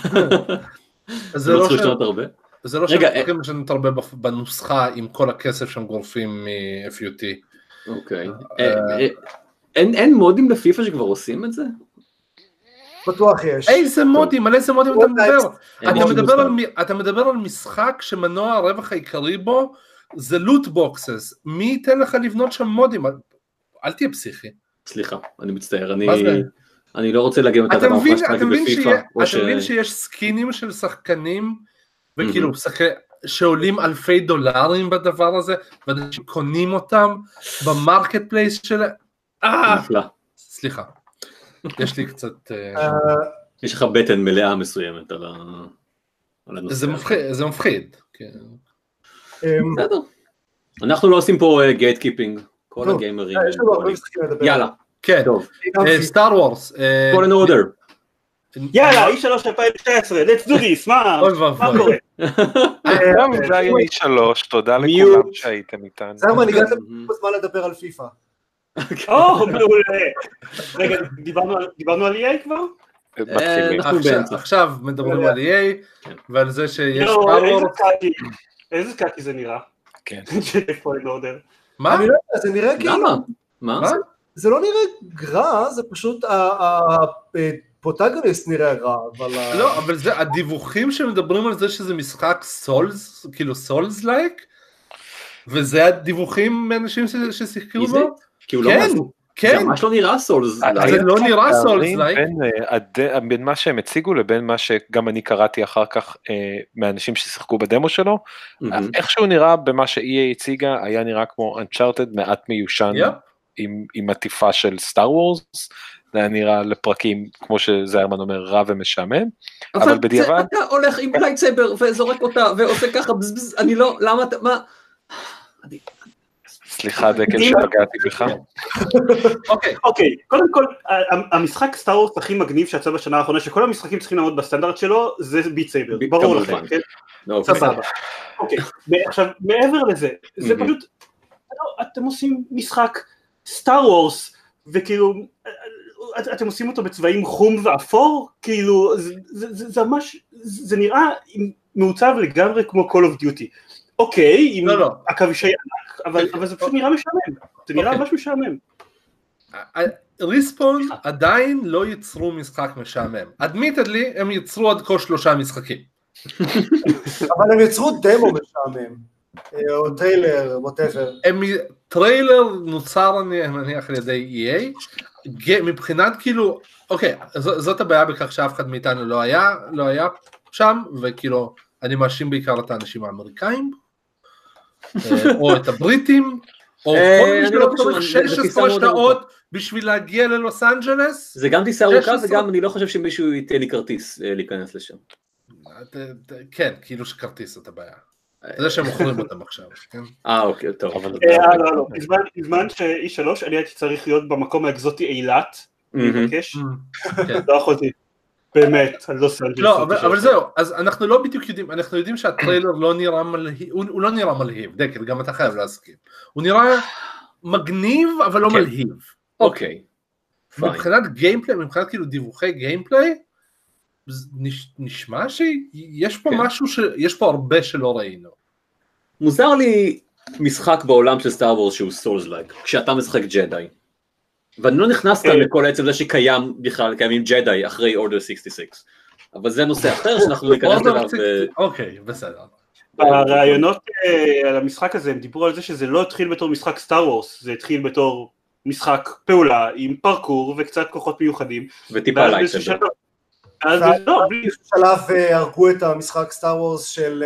זה לא שהם צריכים לשנות הרבה בנוסחה עם כל הכסף שהם גורפים מ-אף יו טי.
אוקיי. אין מודים לפיפה שכבר עושים את זה?
בטוח יש.
איזה מודים, על איזה מודים אתה מדבר? אתה מדבר על משחק שמנוע הרווח העיקרי בו זה לוט בוקסס. מי ייתן לך לבנות שם מודים? אל תהיה פסיכי.
סליחה, אני מצטער, אני לא רוצה להגיע מתחת המחש שחקתי בפיפה.
אתה מבין שיש סקינים של שחקנים, וכאילו שעולים אלפי דולרים בדבר הזה, ואנשים קונים אותם במרקט פלייס שלהם.
נפלא.
סליחה, יש לי קצת...
יש לך בטן מלאה מסוימת על הנושא.
זה מפחיד.
בסדר. אנחנו לא עושים פה גייט קיפינג. כל הגיימרים. יאללה.
כן. סטאר וורס.
כל אין אורדר.
יאללה, אי שלוש אלפיים ושתים עשרה, let's do this, מה קורה?
גם זה היה אי שלוש, תודה לכולם שהייתם איתנו.
זרמן, הגעתם בזמן לדבר על פיפה.
או, מעולה. רגע, דיברנו על אי איי כבר?
עכשיו מדברים על אי איי, ועל זה שיש סטאר וורס.
איזה קאקי זה נראה.
כן.
כל אין אורדר.
מה?
אני לא יודע, זה נראה כאילו...
למה? מה?
זה לא נראה גרע, זה פשוט... פרוטגוניסט נראה רע, אבל...
לא, אבל זה, הדיווחים שמדברים על זה שזה משחק סולס, כאילו סולס לייק, וזה הדיווחים מאנשים ששיחקו בו?
כן,
כן.
זה ממש לא נראה סולס.
זה לא נראה סולס.
בין מה שהם הציגו לבין מה שגם אני קראתי אחר כך מהאנשים ששיחקו בדמו שלו, איך שהוא נראה במה ש-E A הציגה, היה נראה כמו Uncharted מעט מיושן עם עטיפה של סטאר וורס, זה היה נראה לפרקים, כמו שזיירמן אומר, רע ומשעמם, אבל בדיעבד...
אבל אתה הולך עם לייטסייבר וזורק אותה ועושה ככה בזבז, אני לא, למה אתה, מה?
סליחה דקל שפגעתי בך.
אוקיי, קודם כל, המשחק סטאר וורס הכי מגניב שיצא בשנה האחרונה, שכל המשחקים צריכים לעמוד בסטנדרט שלו, זה ביט סייבר, ברור לכם, כן? סבבה. אוקיי, עכשיו, מעבר לזה, זה פשוט, אתם עושים משחק סטאר וורס, וכאילו, אתם עושים אותו בצבעים חום ואפור, כאילו, זה ממש, זה נראה מעוצב לגמרי כמו Call of Duty. אוקיי, עם עכבישי ענק, אבל זה פשוט נראה משעמם, זה נראה ממש משעמם.
ריספון עדיין לא יצרו משחק משעמם. אדמיטדלי, הם יצרו עד כה שלושה משחקים.
אבל הם יצרו דמו משעמם, או טריילר, whatever.
טריילר נוצר, אני מניח, על ידי E A, מבחינת כאילו, אוקיי, זאת הבעיה בכך שאף אחד מאיתנו לא היה, לא היה שם, וכאילו, אני מאשים בעיקר את האנשים האמריקאים, או את הבריטים, או כל מי שלא צריך שש עשרה שעות בשביל להגיע ללוס אנג'לס.
זה גם טיסה ארוכה, וגם אני לא חושב שמישהו ייתן לי כרטיס להיכנס לשם.
כן, כאילו שכרטיס זאת הבעיה. זה שהם מוכרים אותם עכשיו, כן?
אה, אוקיי, טוב.
לא, לא, בזמן ש-E שלוש אני הייתי צריך להיות במקום האקזוטי אילת, אני מבקש, לא יכולתי, באמת, אני לא סנג'ל.
לא, אבל זהו, אז אנחנו לא בדיוק יודעים, אנחנו יודעים שהטריילר לא נראה מלהיב, הוא לא נראה מלהיב, דקל, גם אתה חייב להסכים. הוא נראה מגניב, אבל לא מלהיב.
אוקיי.
מבחינת גיימפליי, מבחינת כאילו דיווחי גיימפליי, נשמע שיש פה משהו, יש פה הרבה שלא ראינו.
מוזר לי משחק בעולם של סטאר וורס שהוא סולס-לייק, כשאתה משחק ג'די. ואני לא נכנס כאן לכל עצם זה שקיים בכלל, קיימים ג'די אחרי אורדר שישים ושש. אבל זה נושא אחר שאנחנו ניכנס אליו.
אוקיי, בסדר.
הרעיונות על המשחק הזה, הם דיברו על זה שזה לא התחיל בתור משחק סטאר וורס, זה התחיל בתור משחק פעולה עם פרקור וקצת כוחות מיוחדים.
וטיפה לייטסייבר.
אז לא, בלי
שלב הרגו את המשחק סטאר וורס של...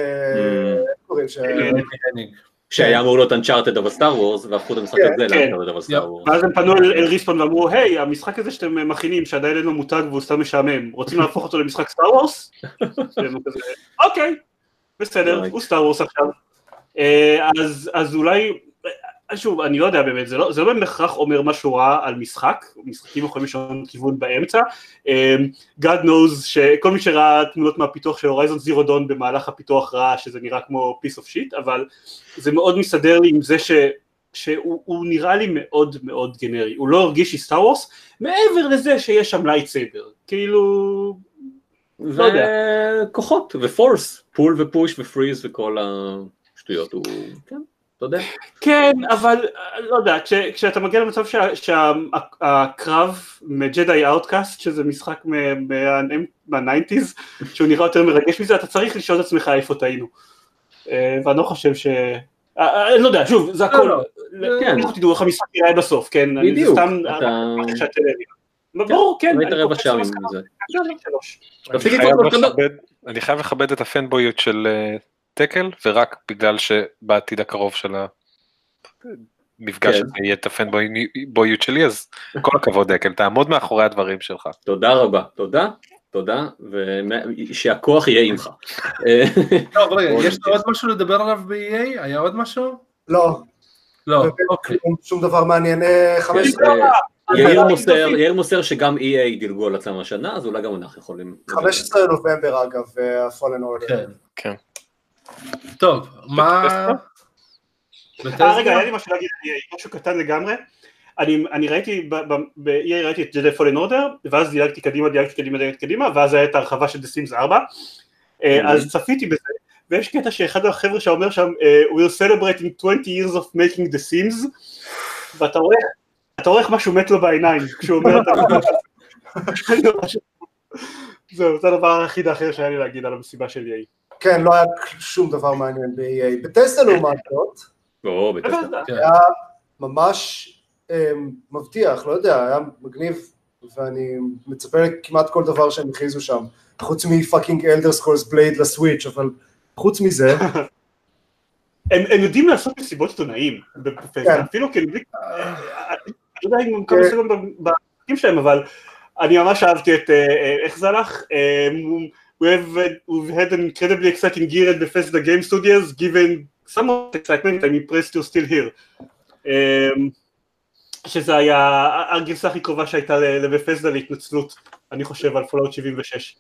שהיה אמור להיות Uncharted אבל סטאר וורס, והפכו את המשחק הזה ל-Uncharted אבל סטאר וורס.
ואז הם פנו אל ריספון ואמרו, היי, המשחק הזה שאתם מכינים, שעדיין אין לו מותג והוא סתם משעמם, רוצים להפוך אותו למשחק סטאר וורס? אוקיי, בסדר, הוא סטאר וורס עכשיו. אז אולי... שוב, אני לא יודע באמת, זה לא, זה לא במכרח אומר משהו רע על משחק, משחקים יכולים לשנות כיוון באמצע, God knows שכל מי שראה תמונות מהפיתוח של הורייזון זירו דון במהלך הפיתוח ראה שזה נראה כמו piece of shit, אבל זה מאוד מסתדר לי עם זה ש, שהוא נראה לי מאוד מאוד גנרי, הוא לא הרגיש לי סטאר וורס, מעבר לזה שיש שם לייטסייבר, כאילו, לא יודע.
וכוחות, ופורס, פול ופוש ופריז וכל השטויות, הוא, כן.
כן, אבל לא יודע, כשאתה מגיע למצב שהקרב מג'די אאוטקאסט, שזה משחק מה-ניינטיז, שהוא נראה יותר מרגש מזה, אתה צריך לשאול את עצמך איפה טעינו. ואני לא חושב ש... אני לא יודע, שוב, זה הכל, איך תדעו איך המשחק נראה בסוף, כן?
בדיוק.
ברור, כן.
אני חייב לכבד את הפנבויות של... תקל, ורק בגלל שבעתיד הקרוב של המפגש הזה יהיה את הפנבויות שלי, אז כל הכבוד דקל, תעמוד מאחורי הדברים שלך.
תודה רבה, תודה, תודה, ושהכוח יהיה עמך.
טוב, רגע, יש עוד משהו לדבר עליו ב-E A? היה עוד משהו?
לא.
לא, אוקיי.
שום דבר מעניין, חמש...
יאיר מוסר שגם E A דילגו על עצמם השנה, אז אולי גם אנחנו יכולים...
חמישה עשר נובמבר אגב, Fallen Order.
כן, כן. טוב, מה...
רגע, היה לי משהו להגיד, משהו קטן לגמרי, אני ראיתי, ב-E A ראיתי את Jedi Fallen Order, ואז דילגתי קדימה, דילגתי קדימה, דילגתי קדימה, ואז היה את הרחבה של The Sims ארבע, אז צפיתי בזה, ויש קטע שאחד החבר'ה שאומר שם, we'll celebrating twenty years of making The Sims, ואתה רואה, אתה רואה איך משהו מת לו בעיניים, כשהוא אומר את זה, זהו, זה הדבר היחיד האחר שהיה לי להגיד על המסיבה של E A.
כן, לא היה שום דבר מעניין ב-E A. בטסטה לעומת זאת,
או, בטסטה.
היה ממש מבטיח, לא יודע, היה מגניב, ואני מצפה כמעט כל דבר שהם הכריזו שם, חוץ מפאקינג אלדר סקרולס בלייד לסוויץ', אבל חוץ מזה...
הם יודעים לעשות מסיבות עיתונאים, אפילו כאילו, אני לא יודע אם הם כמה עושים בפרקים שלהם, אבל אני ממש אהבתי את, איך זה הלך? We have, we've had an incredibly exciting year at Bethesda Game Studios, given some of the excitement, I'm impressed you're still here. שזה היה הגרסה הכי קרובה שהייתה לבפסדה להתנצלות, אני חושב, על פולאאוט שבעים ושש.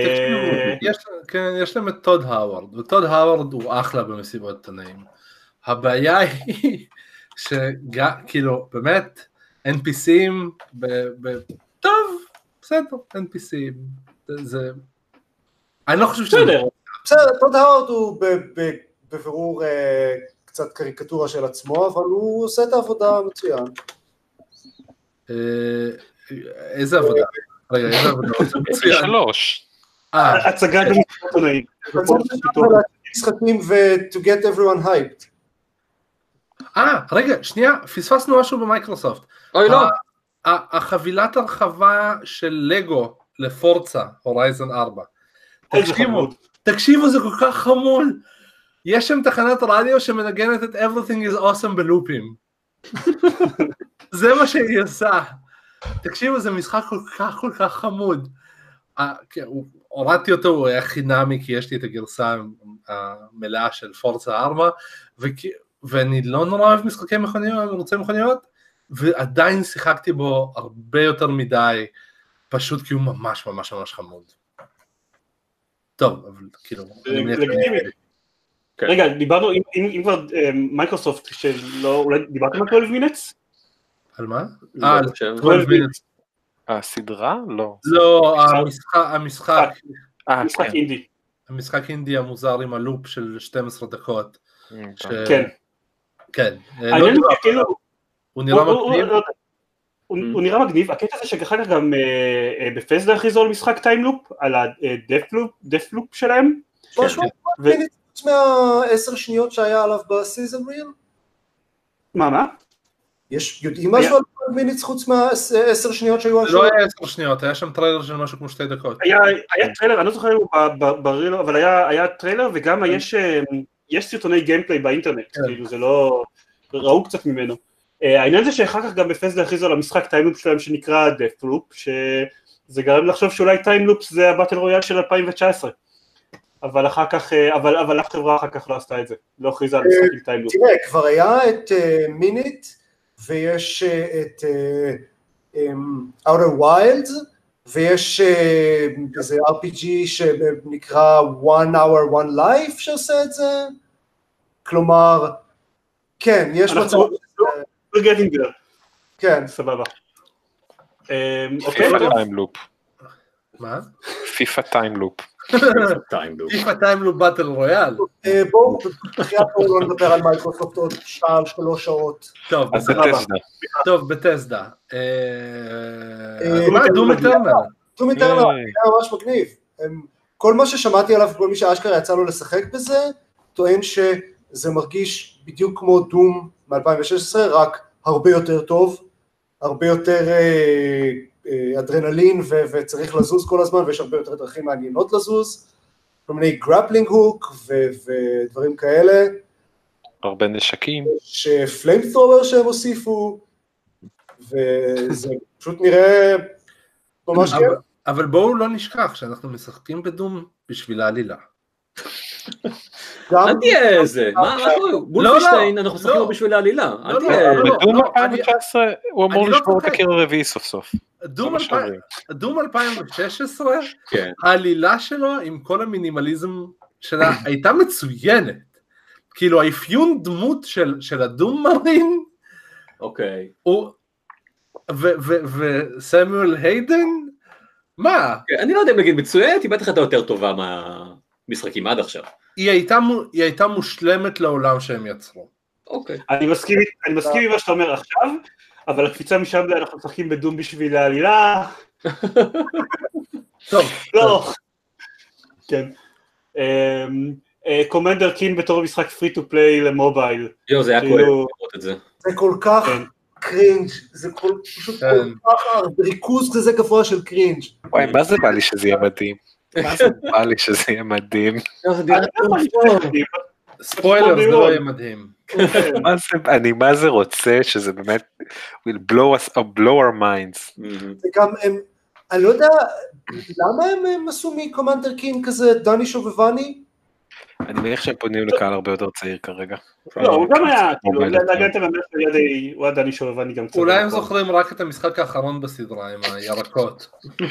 יש להם את טוד האוורד, וטוד האוורד הוא אחלה במסיבות עיתונאים. הבעיה היא שכאילו, באמת, אן פי סי'ים, טוב, בסדר, אן פי סי'ים, זה... אני לא חושב שזה...
בסדר, טוד האוורד הוא בבירור קצת קריקטורה של עצמו, אבל הוא עושה את העבודה מצוין.
איזה עבודה? רגע, איזה עבודה?
שלוש.
הצגה במסיבות עיתונאים.
משחקים ו-to get everyone hyped.
אה, רגע, שנייה, פספסנו משהו במייקרוסופט.
אוי לא.
החבילת הרחבה של לגו לפורצה, הורייזן ארבע. תקשיבו, תקשיבו, זה כל כך חמוד. יש שם תחנת רדיו שמנגנת את Everything is Awesome בלופים. זה מה שהיא עושה. תקשיבו, זה משחק כל כך כל כך חמוד. הורדתי אותו, הוא היה חינמי, כי יש לי את הגרסה המלאה של פורצה ארבע, ואני לא נורא אוהב משחקי מכוניות, רוצה מכוניות, ועדיין שיחקתי בו הרבה יותר מדי, פשוט כי הוא ממש ממש ממש חמוד. טוב, אבל כאילו...
רגע, דיברנו, אם כבר מייקרוסופט, אולי דיברתם על שתים עשרה מינטס?
על מה? אה, על שתים עשרה מינטס.
הסדרה? לא.
לא, המשחק.
משחק אינדי.
המשחק אינדי המוזר עם הלופ של שתים עשרה דקות.
כן.
כן.
הוא נראה מגניב. הוא נראה מגניב, הקטע הזה שאחר כך גם בפסדה הכריזו על משחק טיימלופ, על הדפלופ שלהם.
משהו חוץ מהעשר שניות שהיה עליו בסיזן ריל?
מה, מה?
יש, יודעים משהו על מיניץ חוץ מהעשר שניות שהיו על
שלו? לא היה עשר שניות, היה שם טריילר של משהו כמו שתי דקות.
היה טריילר, אני לא זוכר בריל, אבל היה טריילר וגם יש סרטוני גיימפליי באינטרנט, כאילו זה לא, ראו קצת ממנו. העניין זה שאחר כך גם בפסדה הכריזו על המשחק טיימלופ שלהם שנקרא דפלופ, שזה גרם לחשוב שאולי טיימלופ זה הבטל רויאל של אלפיים תשע עשרה. אבל אחר כך, אבל, אבל אף חברה אחר כך לא עשתה את זה, לא הכריזה על משחק עם טיימלופ.
תראה, כבר היה את מיניט, ויש את Outer Wilds, ויש איזה אר פי ג'י שנקרא One Hour One Life שעושה את זה, כלומר, כן, יש מצב...
We're getting there.
כן.
סבבה.
פיפה טיימלופ.
מה?
פיפה טיימלופ.
פיפה טיימלופ באטל רויאל.
בואו, תחיית בואו לא נדבר על מייקרוסופט עוד שעה, שלוש שעות.
טוב, בטסדה. טוב, בטסדה. דום אטרנל.
דום אטרנל, היה ממש מגניב. כל מה ששמעתי עליו, כל מי שאשכרה יצא לו לשחק בזה, טוען שזה מרגיש בדיוק כמו דום מ-אלפיים ושש עשרה, רק הרבה יותר טוב, הרבה יותר אדרנלין וצריך לזוז כל הזמן, ויש הרבה יותר דרכים מעניינות לזוז, כל מיני גרפלינג הוק ודברים כאלה.
הרבה נשקים.
יש פליים ת'רוור שהם הוסיפו, וזה פשוט נראה ממש כיף.
אבל בואו לא נשכח שאנחנו משחקים בדום בשביל העלילה.
אל תהיה איזה, מה קורה? בולפשטיין אנחנו משחקים בשביל העלילה.
בדום אלפיים תשע עשרה הוא אמור לשבור את הקיר הרביעי סוף סוף.
דום אלפיים ושש עשרה, העלילה שלו עם כל המינימליזם שלה הייתה מצוינת. כאילו האפיון דמות של הדום מרין,
אוקיי.
וסמואל היידן, מה?
אני לא יודע אם להגיד מצוינת, היא בטח הייתה יותר טובה מהמשחקים עד עכשיו.
היא הייתה מושלמת לעולם שהם יצרו.
אוקיי.
אני מסכים עם מה שאתה אומר עכשיו, אבל הקפיצה משם אנחנו משחקים בדום בשביל העלילה.
טוב.
לא. כן. קומנדר קין בתור משחק פרי טו פליי למובייל.
יו, זה היה כואב לראות את זה.
זה כל כך קרינג', זה פשוט כל כך ריכוז כזה גבוה של קרינג'.
וואי, מה זה בא לי שזה יהיה מדהים? מה זה בא לי שזה יהיה מדהים?
ספוילר, זה לא יהיה מדהים.
אני מה זה רוצה שזה באמת will blow us up, blow our minds.
זה גם, אני לא יודע, למה הם עשו מקומנדר קין כזה דני שובבני?
אני מניח שהם פונים לקהל הרבה יותר צעיר כרגע.
לא, הוא גם היה, כאילו, להגנתם המלך לידי, הוא היה דני שובבני גם קצת.
אולי הם זוכרים רק את המשחק האחרון בסדרה עם הירקות.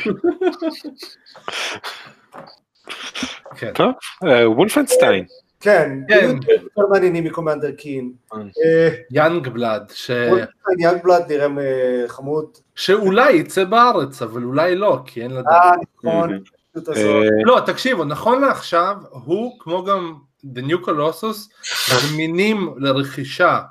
טוב, וולפנשטיין.
כן, יותר מעניינים מקומנדר קין.
יאנג בלאד.
יאנג בלאד נראה חמוד.
שאולי יצא בארץ, אבל אולי לא, כי אין לדעת.
אה, נכון.
לא, תקשיבו, נכון לעכשיו, הוא כמו גם The New Colossus, זמינים לרכישה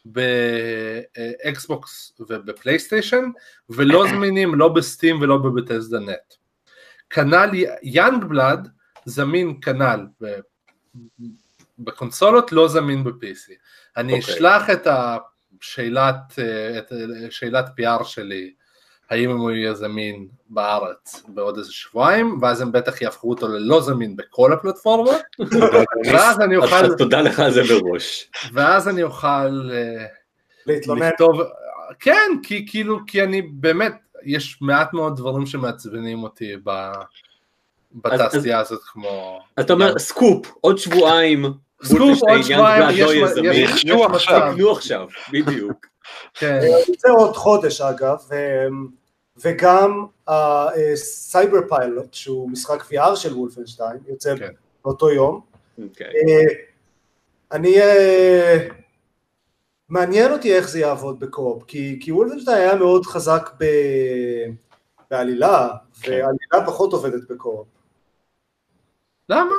באקסבוקס ובפלייסטיישן, ולא זמינים לא בסטים ולא בבתסדה נט. כנ"ל יאנג בלאד, זמין כנ"ל בקונסולות, לא זמין ב-פי סי. אני אשלח את השאלת פי אר שלי, האם הוא יהיה זמין בארץ בעוד איזה שבועיים, ואז הם בטח יהפכו אותו ללא זמין בכל הפלטפורמות, ואז אני אוכל...
תודה לך על זה בראש.
ואז אני אוכל... לכתוב... כן, כי כאילו, כי אני באמת, יש מעט מאוד דברים שמעצבנים אותי בתעשייה הזאת כמו...
אתה אומר, סקופ, עוד שבועיים,
סקופ, עוד שבועיים,
יש מצב. תקנו עכשיו, בדיוק.
זה עוד חודש אגב, וגם הסייבר פיילוט, שהוא משחק וי אר של וולפנשטיין, יוצא באותו יום. אני, מעניין אותי איך זה יעבוד בקו-אופ, כי וולפנשטיין היה מאוד חזק בעלילה, ועלילה פחות עובדת בקו-אופ.
למה?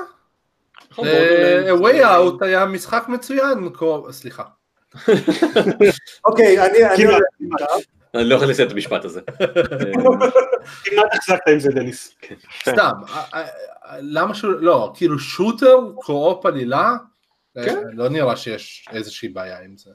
A Way Out היה משחק מצוין, סליחה.
אוקיי, אני...
אני לא יכול לסיים את המשפט הזה.
כמעט החזקת עם זה, דניס.
סתם, למה שהוא... לא, כאילו שוטר, קו-אופ עלילה, לא נראה שיש איזושהי בעיה עם זה.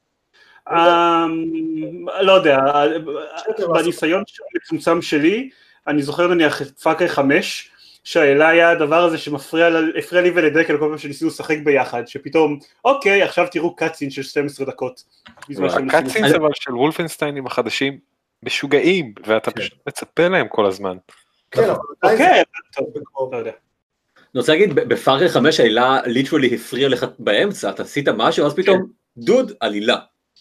לא יודע, בניסיון המצומצם שלי, אני זוכר נניח את פאקר חמש, שהעלה היה הדבר הזה שמפריע לי ולדקל כל פעם שניסינו לשחק ביחד, שפתאום, אוקיי, עכשיו תראו קאצין של שתים עשרה דקות.
הקאצין אבל של וולפנשטיינים החדשים משוגעים, ואתה פשוט מצפה להם כל הזמן.
כן,
אוקיי, לא יודע.
אני רוצה להגיד, בפאקר חמש העילה ליטרלי הפריע לך באמצע, אתה עשית משהו, אז פתאום, דוד, עלילה.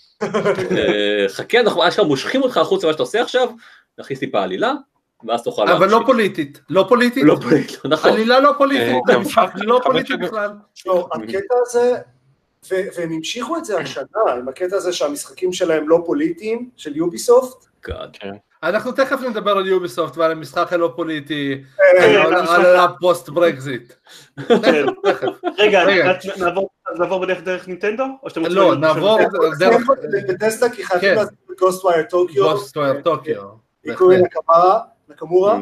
חכה, אנחנו אשכרה מושכים אותך החוץ למה שאתה עושה עכשיו, נכניס טיפה עלילה, ואז תוכל להמשיך.
אבל לא פוליטית, לא פוליטית.
לא פוליטית, נכון.
עלילה לא פוליטית, לא פוליטית בכלל.
לא, הקטע הזה, והם המשיכו את זה השנה, עם הקטע הזה שהמשחקים שלהם לא פוליטיים, של יוביסופט.
אנחנו תכף נדבר על יוביסופט ועל המשחק הלא פוליטי, על הפוסט ברקזיט.
רגע, נעבור בדרך דרך נינטנדו?
לא, נעבור דרך...
בטסטה, כי חייבים לעשות גוסטווייר טוקיו.
גוסטווייר טוקיו.
איקורי נקמורה.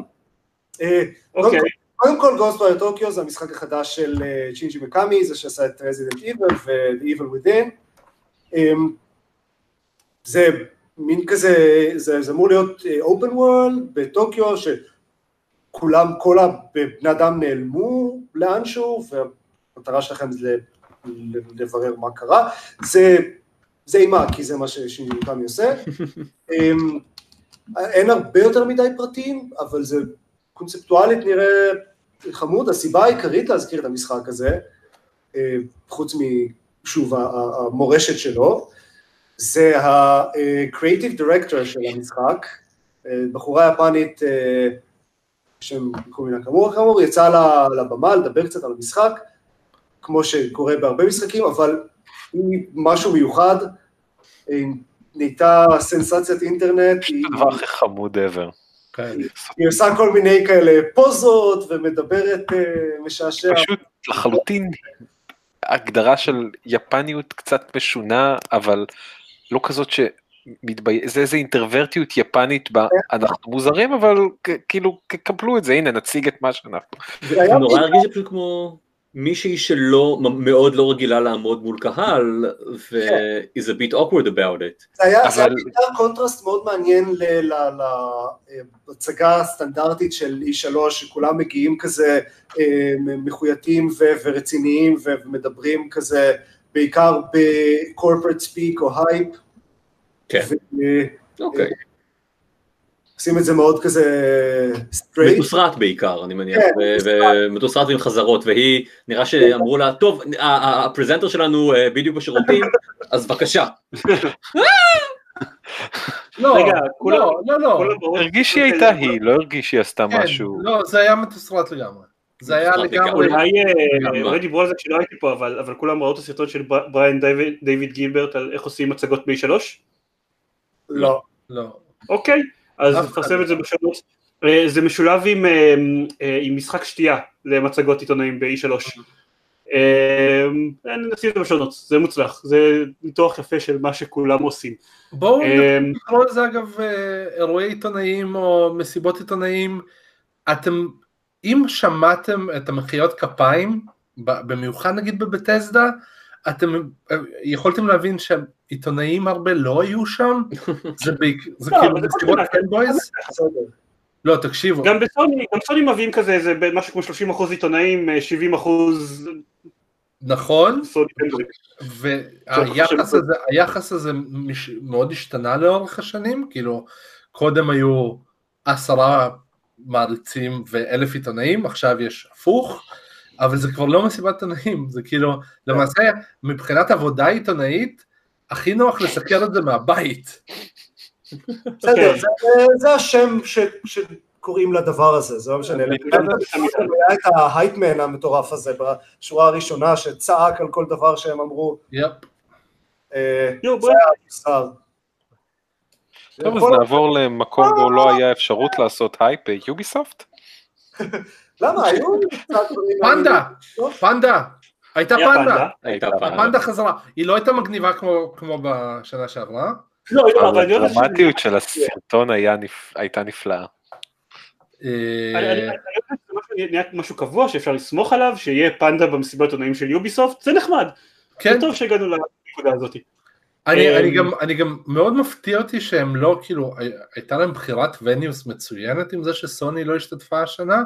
קודם כל גוסטווייר טוקיו זה המשחק החדש של שינג'י מקאמי, זה שעשה את Resident Evil ו-The Evil Within. זה מין כזה, זה אמור להיות open world בטוקיו, שכולם, כל הבני אדם נעלמו לאנשהו, והמטרה שלכם זה לברר מה קרה. זה אימה, כי זה מה ששינג'י מקאמי עושה. אין הרבה יותר מדי פרטים, אבל זה קונספטואלית נראה חמוד. הסיבה העיקרית להזכיר את המשחק הזה, חוץ משוב המורשת שלו, זה ה-Creative Director של המשחק, בחורה יפנית בשם קומי נקמורה כאמור, יצאה לבמה לדבר קצת על המשחק, כמו שקורה בהרבה משחקים, אבל היא משהו מיוחד, נהייתה סנסציית אינטרנט.
זה הדבר הכי חמוד ever.
היא עושה כל מיני כאלה פוזות ומדברת משעשע.
פשוט לחלוטין הגדרה של יפניות קצת משונה, אבל לא כזאת שמתבייש, זה איזה אינטרוורטיות יפנית בה אנחנו מוזרים, אבל כאילו קבלו את זה, הנה נציג את מה שאנחנו.
זה נורא הרגיש פשוט כמו מישהי שלא, מאוד לא רגילה לעמוד מול קהל, ו- is a bit awkward about it.
זה היה בעיקר קונטרסט מאוד מעניין להצגה הסטנדרטית של אי שלוש, שכולם מגיעים כזה מחויטים ורציניים ומדברים כזה, בעיקר ב-corporate speak או hype.
כן, אוקיי.
עושים את זה מאוד כזה straight.
מתוסרט בעיקר, אני מניח, ומתוסרט ועם חזרות, והיא, נראה שאמרו לה, טוב, הפרזנטר שלנו בדיוק בשירותים, אז בבקשה.
לא, לא, לא, לא.
הרגיש שהיא הייתה היא, לא הרגיש שהיא עשתה משהו.
לא, זה היה מתוסרט לגמרי. זה היה לגמרי.
אולי דיברו על זה כשלא הייתי פה, אבל כולם ראו את הסרטון של בריאן דיוויד גילברט על איך עושים מצגות בי שלוש?
לא.
לא.
אוקיי. אז נפרסם את זה בשונות. זה משולב עם, עם משחק שתייה למצגות עיתונאים ב-אי שלוש. נשים את זה בשונות, זה מוצלח, זה ניתוח יפה של מה שכולם עושים.
בואו נקרוא לזה אגב אירועי עיתונאים או מסיבות עיתונאים, אתם, אם שמעתם את המחיאות כפיים, במיוחד נגיד בבתסדה, אתם יכולתם להבין שעיתונאים הרבה לא היו שם? זה כאילו מסיבות פנבויז? לא, תקשיבו.
גם בסוני, גם סוני מביאים כזה, זה משהו כמו שלושים אחוז עיתונאים, שבעים אחוז...
נכון, והיחס הזה מאוד השתנה לאורך השנים, כאילו קודם היו עשרה מעריצים ואלף עיתונאים, עכשיו יש הפוך, אבל זה כבר לא מסיבת עיתונאים, זה כאילו, למעשה, מבחינת עבודה עיתונאית, הכי נוח לסקר את זה מהבית.
בסדר, זה השם שקוראים לדבר הזה, זה לא משנה. היה את ההייפמן המטורף הזה, בשורה הראשונה, שצעק על כל דבר שהם אמרו.
יפ.
זה היה מוסר.
טוב, אז נעבור למקום בו לא היה אפשרות לעשות הייפ, יוביסופט?
למה? היו?
פנדה, פנדה, הייתה פנדה,
הפנדה
חזרה, היא לא הייתה מגניבה כמו בשנה שעברה.
הדרמטיות של הסרטון הייתה נפלאה.
אני חושב שזה משהו קבוע שאפשר לסמוך עליו, שיהיה פנדה במסיבות עיתונאים של יוביסופט, זה נחמד, זה טוב שהגענו לנקודה הזאת.
אני גם מאוד מפתיע אותי שהם לא, כאילו, הייתה להם בחירת וניוס מצוינת עם זה שסוני לא השתתפה השנה,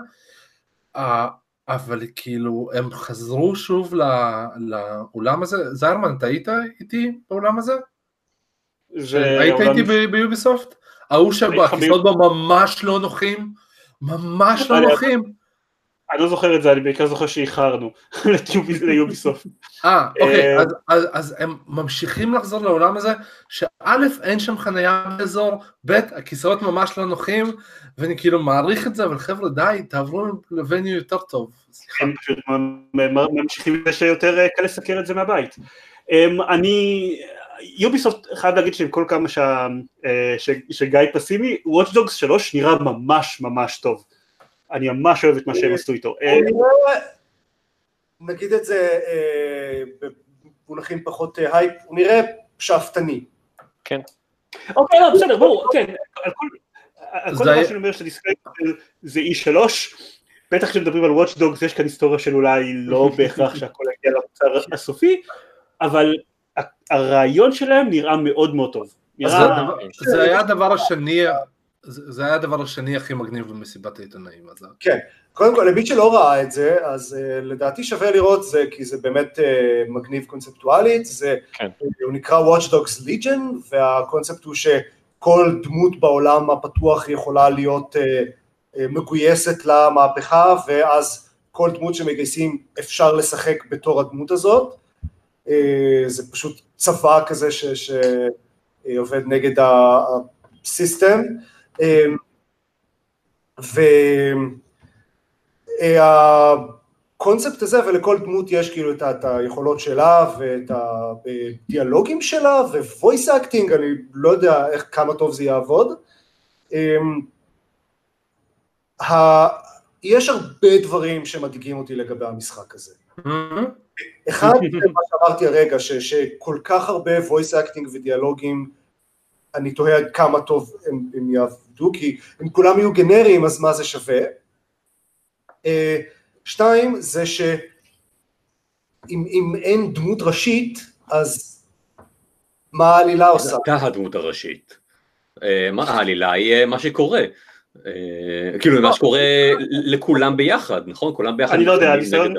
אבל כאילו הם חזרו שוב לאולם הזה. זיירמן, אתה היית איתי באולם הזה? היית איתי ביוביסופט? ההוא שהכיסאות בו ממש לא נוחים, ממש לא נוחים.
אני לא זוכר את זה, אני בעיקר זוכר שאיחרנו ליוביסופט.
אה, אוקיי, אז הם ממשיכים לחזור לעולם הזה, שא' אין שם חנייה באזור, ב' הכיסאות ממש לא נוחים, ואני כאילו מעריך את זה, אבל חבר'ה די, תעברו לווניו יותר טוב.
הם פשוט ממשיכים את זה שיותר קל לסקר את זה מהבית. אני, יוביסופט חייב להגיד שעם כל כמה שגיא פסימי, Watch Dogs שלוש נראה ממש ממש טוב. אני ממש אוהב את מה שהם עשו איתו.
נגיד את זה במונחים פחות הייפ, הוא נראה שאפתני.
כן.
אוקיי, לא, בסדר, ברור, כן. על כל דבר שאני אומר שדיסקרייט זה אי שלוש, בטח כשמדברים על Watch Dogs יש כאן היסטוריה של אולי לא בהכרח שהכל יגיע למוצר הסופי, אבל הרעיון שלהם נראה מאוד מאוד טוב.
זה היה הדבר השני... זה היה הדבר השני הכי מגניב במסיבת העיתונאים.
כן, קודם כל, למי שלא ראה את זה, אז לדעתי שווה לראות זה, כי זה באמת מגניב קונספטואלית, הוא נקרא Watch Dogs Legion, והקונספט הוא שכל דמות בעולם הפתוח יכולה להיות מגויסת למהפכה, ואז כל דמות שמגייסים אפשר לשחק בתור הדמות הזאת, זה פשוט צבא כזה שעובד נגד הסיסטם, והקונספט הזה, ולכל דמות יש כאילו את היכולות שלה ואת הדיאלוגים שלה ו-voice acting, אני לא יודע איך כמה טוב זה יעבוד. יש הרבה דברים שמדאיגים אותי לגבי המשחק הזה. אחד, מה שאמרתי הרגע, שכל כך הרבה voice acting ודיאלוגים, אני תוהה כמה טוב הם, הם יעבדו, כי הם כולם יהיו גנריים, אז מה זה שווה? שתיים, זה אם, אם אין דמות ראשית, אז מה העלילה עושה?
אתה הדמות הראשית. מה העלילה היא מה שקורה. כאילו מה שקורה לכולם ביחד, נכון? כולם ביחד.
אני לא יודע,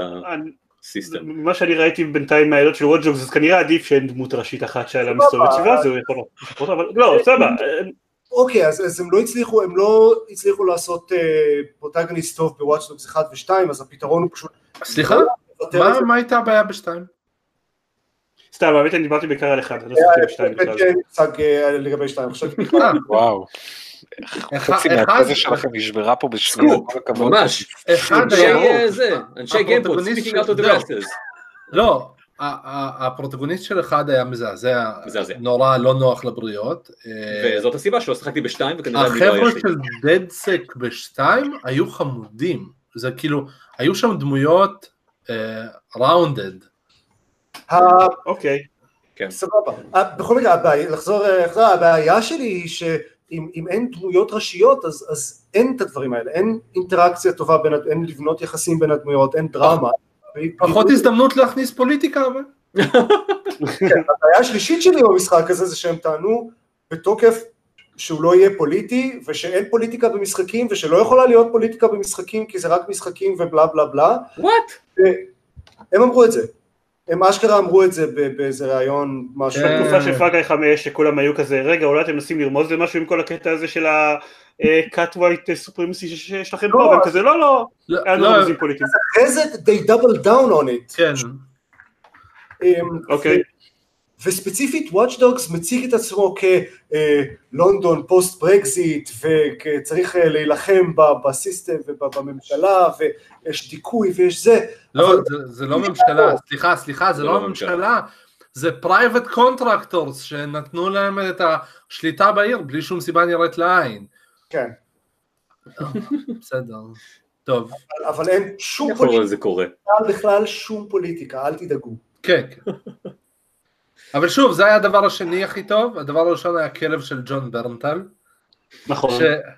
מה שאני ראיתי בינתיים מהעדות של וואץ' דוגס, אז כנראה עדיף שאין דמות ראשית אחת שעליה מסתובבת סביבה, זה יכול לשפוט, אבל לא, סבבה.
אוקיי, אז הם לא הצליחו, הם לא הצליחו לעשות פרוטגוניסט טוב בוואץ' דוגס אחת ושתיים, אז הפתרון הוא פשוט...
סליחה? מה הייתה הבעיה בשתיים?
סתם, באמת אני דיברתי בעיקר על אחד, אני לא עשיתי בשתיים בכלל.
כן, צג לגבי שתיים, עכשיו...
וואו. חצי מהתזה שלכם נשברה פה בשנייה.
ממש.
אחד היה
זה, אנשי גיימפוד, speaking out of the masters.
לא, הפרוטגוניסט של אחד היה מזעזע, נורא לא נוח לבריות.
וזאת הסיבה שלא שחקתי בשתיים,
החבר'ה של דדסק בשתיים היו חמודים. זה כאילו, היו שם דמויות ראונדד.
אוקיי.
סבבה. בכל מקרה, לחזור, הבעיה שלי היא שאם אין דמויות ראשיות, אז אין את הדברים האלה, אין אינטראקציה טובה, אין לבנות יחסים בין הדמויות, אין דרמה.
פחות הזדמנות להכניס פוליטיקה, אבל?
כן, הבעיה השלישית שלי במשחק הזה, זה שהם טענו בתוקף שהוא לא יהיה פוליטי, ושאין פוליטיקה במשחקים, ושלא יכולה להיות פוליטיקה במשחקים, כי זה רק משחקים ובלה בלה בלה.
What?
הם אמרו את זה. הם אשכרה אמרו את זה באיזה ראיון משהו.
בתקופה של פאר קריי חמש שכולם היו כזה, רגע, אולי אתם מנסים לרמוז למשהו עם כל הקטע הזה של ה-cut white supremacy שיש לכם פה, והם כזה, לא, לא, אין לנו רמוזים פוליטיים.
אחרי זה, they double down on it.
כן.
אוקיי.
וספציפית Watch Dogs מציג את עצמו כלונדון פוסט ברקזיט, וצריך להילחם בסיסטם ובממשלה, ויש דיכוי ויש זה.
לא, זה לא ממשלה, סליחה, סליחה, זה לא הממשלה, זה פרייבט קונטרקטורס שנתנו להם את השליטה בעיר, בלי שום סיבה נראית לעין.
כן.
בסדר, טוב.
אבל אין שום
פוליטיקה. זה קורה.
בכלל שום פוליטיקה, אל תדאגו.
כן, כן. אבל שוב, זה היה הדבר השני הכי טוב, הדבר הראשון היה הכלב של ג'ון ברנטל.
נכון.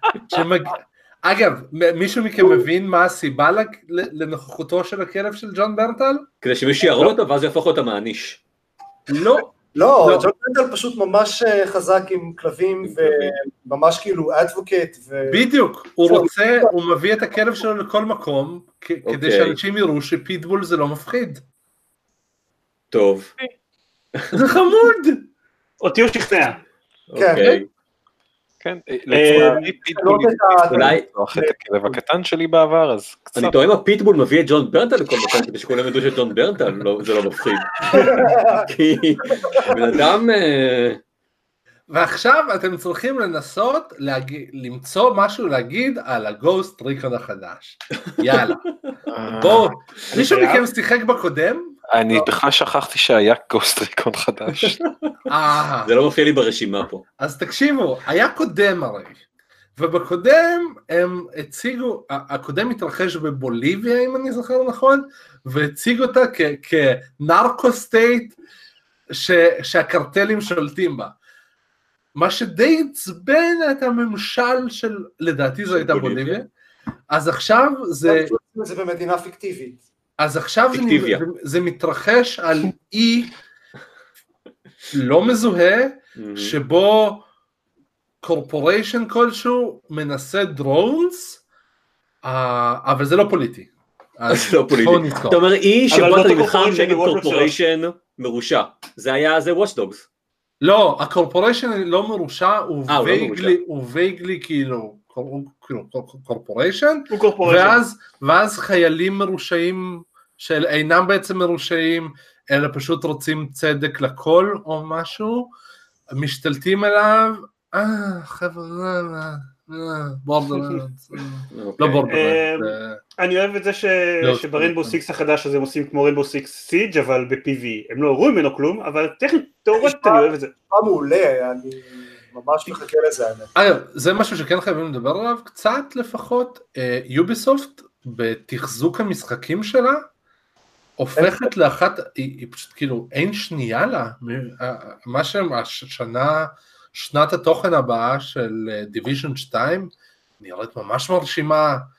אגב, מישהו מכם מבין מה הסיבה לנוכחותו של הכלב של ג'ון ברנטל?
כדי שמישהו יראו אותו, ואז יהפוך אותו מעניש.
לא.
לא, ג'ון ברנטל פשוט ממש חזק עם כלבים, וממש כאילו אדבוקט.
בדיוק, הוא רוצה, הוא מביא את הכלב שלו לכל מקום, כדי שאנשים יראו שפיטבול זה לא מפחיד.
טוב.
זה חמוד.
אותי הוא שכנע.
כן.
כן, לצערי פיטבול לפתוח את הכלב הקטן שלי בעבר, אז קצת.
אני טועה אם הפיטבול מביא את ג'ון ברנטל לכל מקום, כדי שכולם ידעו שג'ון ברנטל זה לא מפחיד. כי בן אדם...
ועכשיו אתם צריכים לנסות למצוא משהו להגיד על הגוסט ריקון החדש. יאללה. בואו, מישהו מכם שיחק בקודם?
אני בכלל שכחתי שהיה גוסט ריקון חדש.
זה לא מופיע לי ברשימה פה.
אז תקשיבו, היה קודם הרי, ובקודם הם הציגו, הקודם התרחש בבוליביה אם אני זוכר נכון, והציג אותה כנרקו סטייט שהקרטלים שולטים בה. מה שדי עצבן את הממשל של, לדעתי זו הייתה בוליביה, אז עכשיו זה...
זה במדינה פיקטיבית.
אז עכשיו זה, זה מתרחש על אי לא מזוהה, שבו קורפוריישן כלשהו מנסה דרונס, אבל זה לא פוליטי.
זה לא פוליטי. אתה אומר אי שבו אתה נלחם נגד קורפוריישן מרושע. זה היה, זה Watch Dogs.
לא, הקורפוריישן לא מרושע, הוא וייגלי כאילו, קורפוריישן, ואז, ואז חיילים מרושעים, של אינם בעצם מרושעים, אלא פשוט רוצים צדק לכל או משהו, משתלטים אליו, אה, חבר'ה, בורדרלנדס, לא בורדרלנדס.
אני אוהב את זה שברינבו סיקס החדש הזה הם עושים כמו רינבו סיקס סיג' אבל ב-פי וי, הם לא הראו ממנו כלום, אבל טכנית, תאורטית אני אוהב את זה.
מעולה, אני ממש מחכה לזה.
אגב, זה משהו שכן חייבים לדבר עליו, קצת לפחות, יוביסופט בתחזוק המשחקים שלה, הופכת לאחת, היא פשוט כאילו, אין שנייה לה, מה שהשנה, שנת התוכן הבאה של דיוויז'ן שתיים, נראית ממש מרשימה,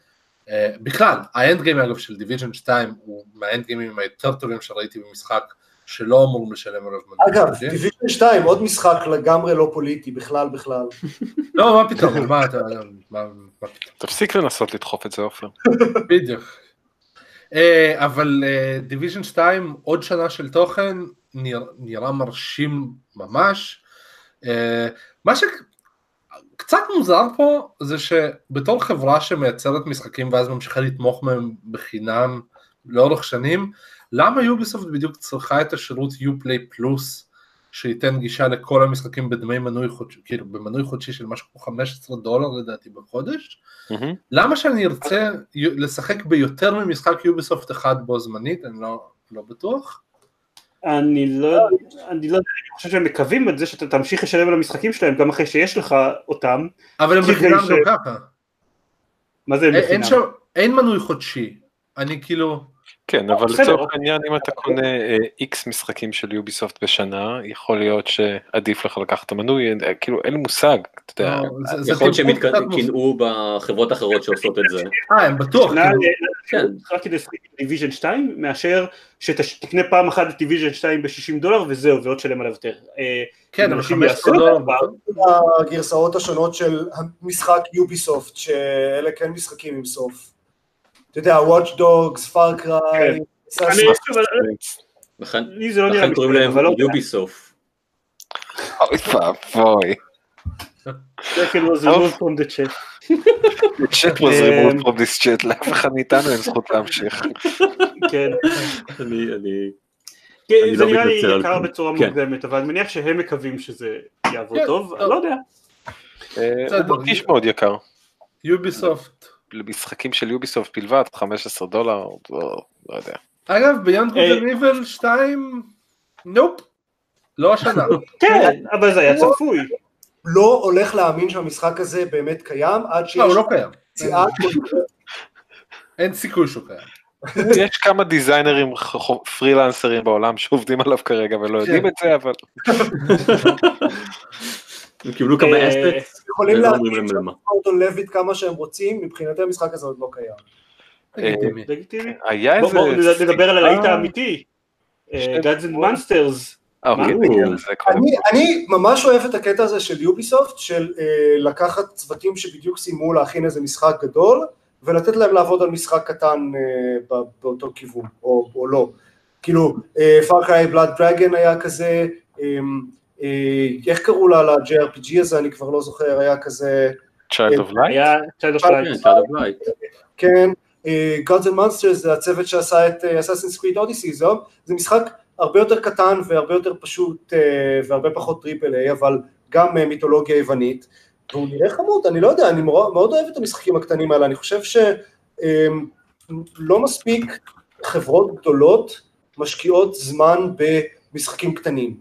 בכלל, האנד גיים אגב של דיוויז'ן שתיים הוא מהאנד גיימים היותר טובים שראיתי במשחק שלא אמורים לשלם עליו.
אגב, דיוויז'ן שתיים עוד משחק לגמרי לא פוליטי, בכלל בכלל.
לא, מה פתאום, מה אתה...
תפסיק לנסות לדחוף את זה, עופר.
בדיוק. אבל דיוויז'ן שתיים עוד שנה של תוכן נראה מרשים ממש. מה שקצת מוזר פה זה שבתור חברה שמייצרת משחקים ואז ממשיכה לתמוך מהם בחינם לאורך שנים, למה יוביסופט בדיוק צריכה את השירות יופליי פלוס שייתן גישה לכל המשחקים בדמי מנוי חודשי, כאילו במנוי חודשי של משהו כמו חמישה עשר דולר לדעתי בחודש? Mm-hmm. למה שאני ארצה לשחק ביותר ממשחק יוביסופט אחד בו זמנית? אני לא, לא בטוח.
אני לא, אני לא, אני חושב שהם מקווים את זה שאתה תמשיך לשלם על המשחקים שלהם גם אחרי שיש לך אותם.
אבל הם בחינם ש... גם ככה.
מה זה הם בחינם?
אין, שם, אין מנוי חודשי. אני כאילו...
כן, אבל לצורך העניין, אם אתה קונה איקס משחקים של יוביסופט בשנה, יכול להיות שעדיף לך לקחת את המנוי, כאילו אין לי מושג, אתה יודע.
יכול להיות שהם קינאו בחברות אחרות שעושות את זה.
אה, הם בטוח.
רק כדי לשחק דיוויז'ן שתיים, מאשר שתקנה פעם אחת את דיוויז'ן שתיים ב-שישים דולר, וזהו, ועוד שלם עליו יותר.
כן, אבל חמש עשרה דולר.
הגרסאות השונות של המשחק יוביסופט, שאלה כן משחקים עם סוף. אתה יודע, Watch Dogs, Far Cry,
לכן קוראים להם יוביסופט.
אוי ואבוי.
Second was removed from the chat.
The chat was removed from this chat, לאף אחד מאיתנו אין זכות להמשיך.
כן.
אני, אני...
זה נראה לי יקר בצורה מוקדמת, אבל אני מניח שהם מקווים שזה יעבוד טוב, אני לא יודע.
הוא מרגיש מאוד יקר.
יוביסופט.
למשחקים של יוביסופט בלבד, חמישה עשר דולר, לא יודע.
אגב, ביונד גוד אנד איבל שתיים, נופ, לא השנה.
כן, אבל זה היה צפוי.
לא הולך להאמין שהמשחק הזה באמת קיים, עד שיש...
לא, הוא לא קיים. אין סיכוי שהוא קיים.
יש כמה דיזיינרים פרילנסרים בעולם שעובדים עליו כרגע ולא יודעים את זה, אבל...
הם קיבלו כמה אסטס.
יכולים להגיד שאורטון לויט כמה שהם רוצים, מבחינתי המשחק הזה עוד לא קיים.
לגיטימי.
היה איזה...
בואו נדבר על הלהיט האמיתי. Gods and Monsters.
אני ממש אוהב את הקטע הזה של יוביסופט, של לקחת צוותים שבדיוק סיימו להכין איזה משחק גדול, ולתת להם לעבוד על משחק קטן באותו כיוון, או לא. כאילו, Far Cry Blood Dragon היה כזה, איך קראו לה ל-ג'יי אר פי ג'י הזה, אני כבר לא זוכר, היה כזה...
Child of Light?
היה Child of Light.
כן, Gods and Monsters זה הצוות שעשה את Assassin's Creed Odyssey, זה משחק הרבה יותר קטן והרבה יותר פשוט והרבה פחות טריפל איי, אבל גם מיתולוגיה יוונית, והוא נראה חמוד, אני לא יודע, אני מאוד אוהב את המשחקים הקטנים האלה, אני חושב שלא מספיק חברות גדולות משקיעות זמן במשחקים קטנים.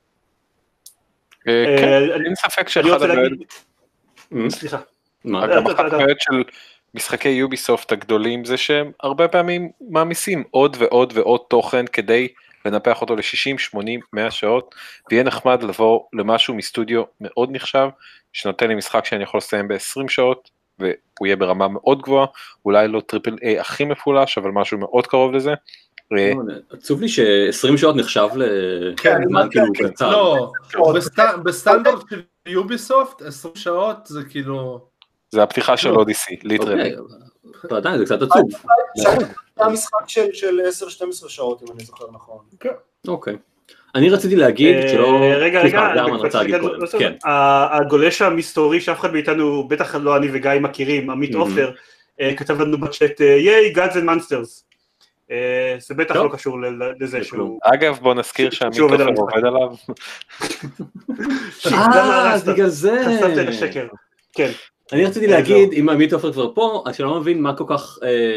כן, אין ספק שאחד הבעיות...
סליחה.
גם אחת הבעיות של משחקי יוביסופט הגדולים זה שהם הרבה פעמים מעמיסים עוד ועוד ועוד תוכן כדי לנפח אותו ל-שישים, שמונים, מאה שעות, ויהיה נחמד לבוא למשהו מסטודיו מאוד נחשב, שנותן לי משחק שאני יכול לסיים ב-עשרים שעות, והוא יהיה ברמה מאוד גבוהה, אולי לא טריפל איי הכי מפולש, אבל משהו מאוד קרוב לזה.
עצוב לי ש-עשרים שעות נחשב לזמן כאילו קצר.
לא, בסטנדרט של יוביסופט, עשרים שעות זה כאילו...
זה הפתיחה של אודיסי, ליטרלי.
עדיין, זה קצת עצוב.
זה המשחק של עשר שתים עשרה שעות, אם אני זוכר נכון.
אוקיי. אני רציתי להגיד שלא...
רגע, רגע, הגולש המסתורי שאף אחד מאיתנו, בטח לא אני וגיא מכירים, עמית עופר, כתב לנו בצ'אט, ייי, Gods and Monsters. זה בטח לא קשור לזה שהוא...
אגב, בוא נזכיר שעמית עופר עובד עליו.
אה, בגלל זה.
חשפתי את השקר, כן.
אני רציתי להגיד, אם עמית עופר כבר פה, אז שלא מבין מה כל כך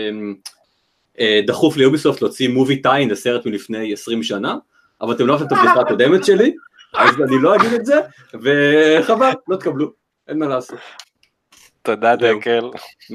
דחוף ליוביסופט להוציא מובי טיין לסרט מלפני עשרים שנה, אבל אתם לא אוהבים את הבדיחה הקודמת שלי, אז אני לא אגיד את זה, וחבל, לא תקבלו, אין מה לעשות.
תודה דקל.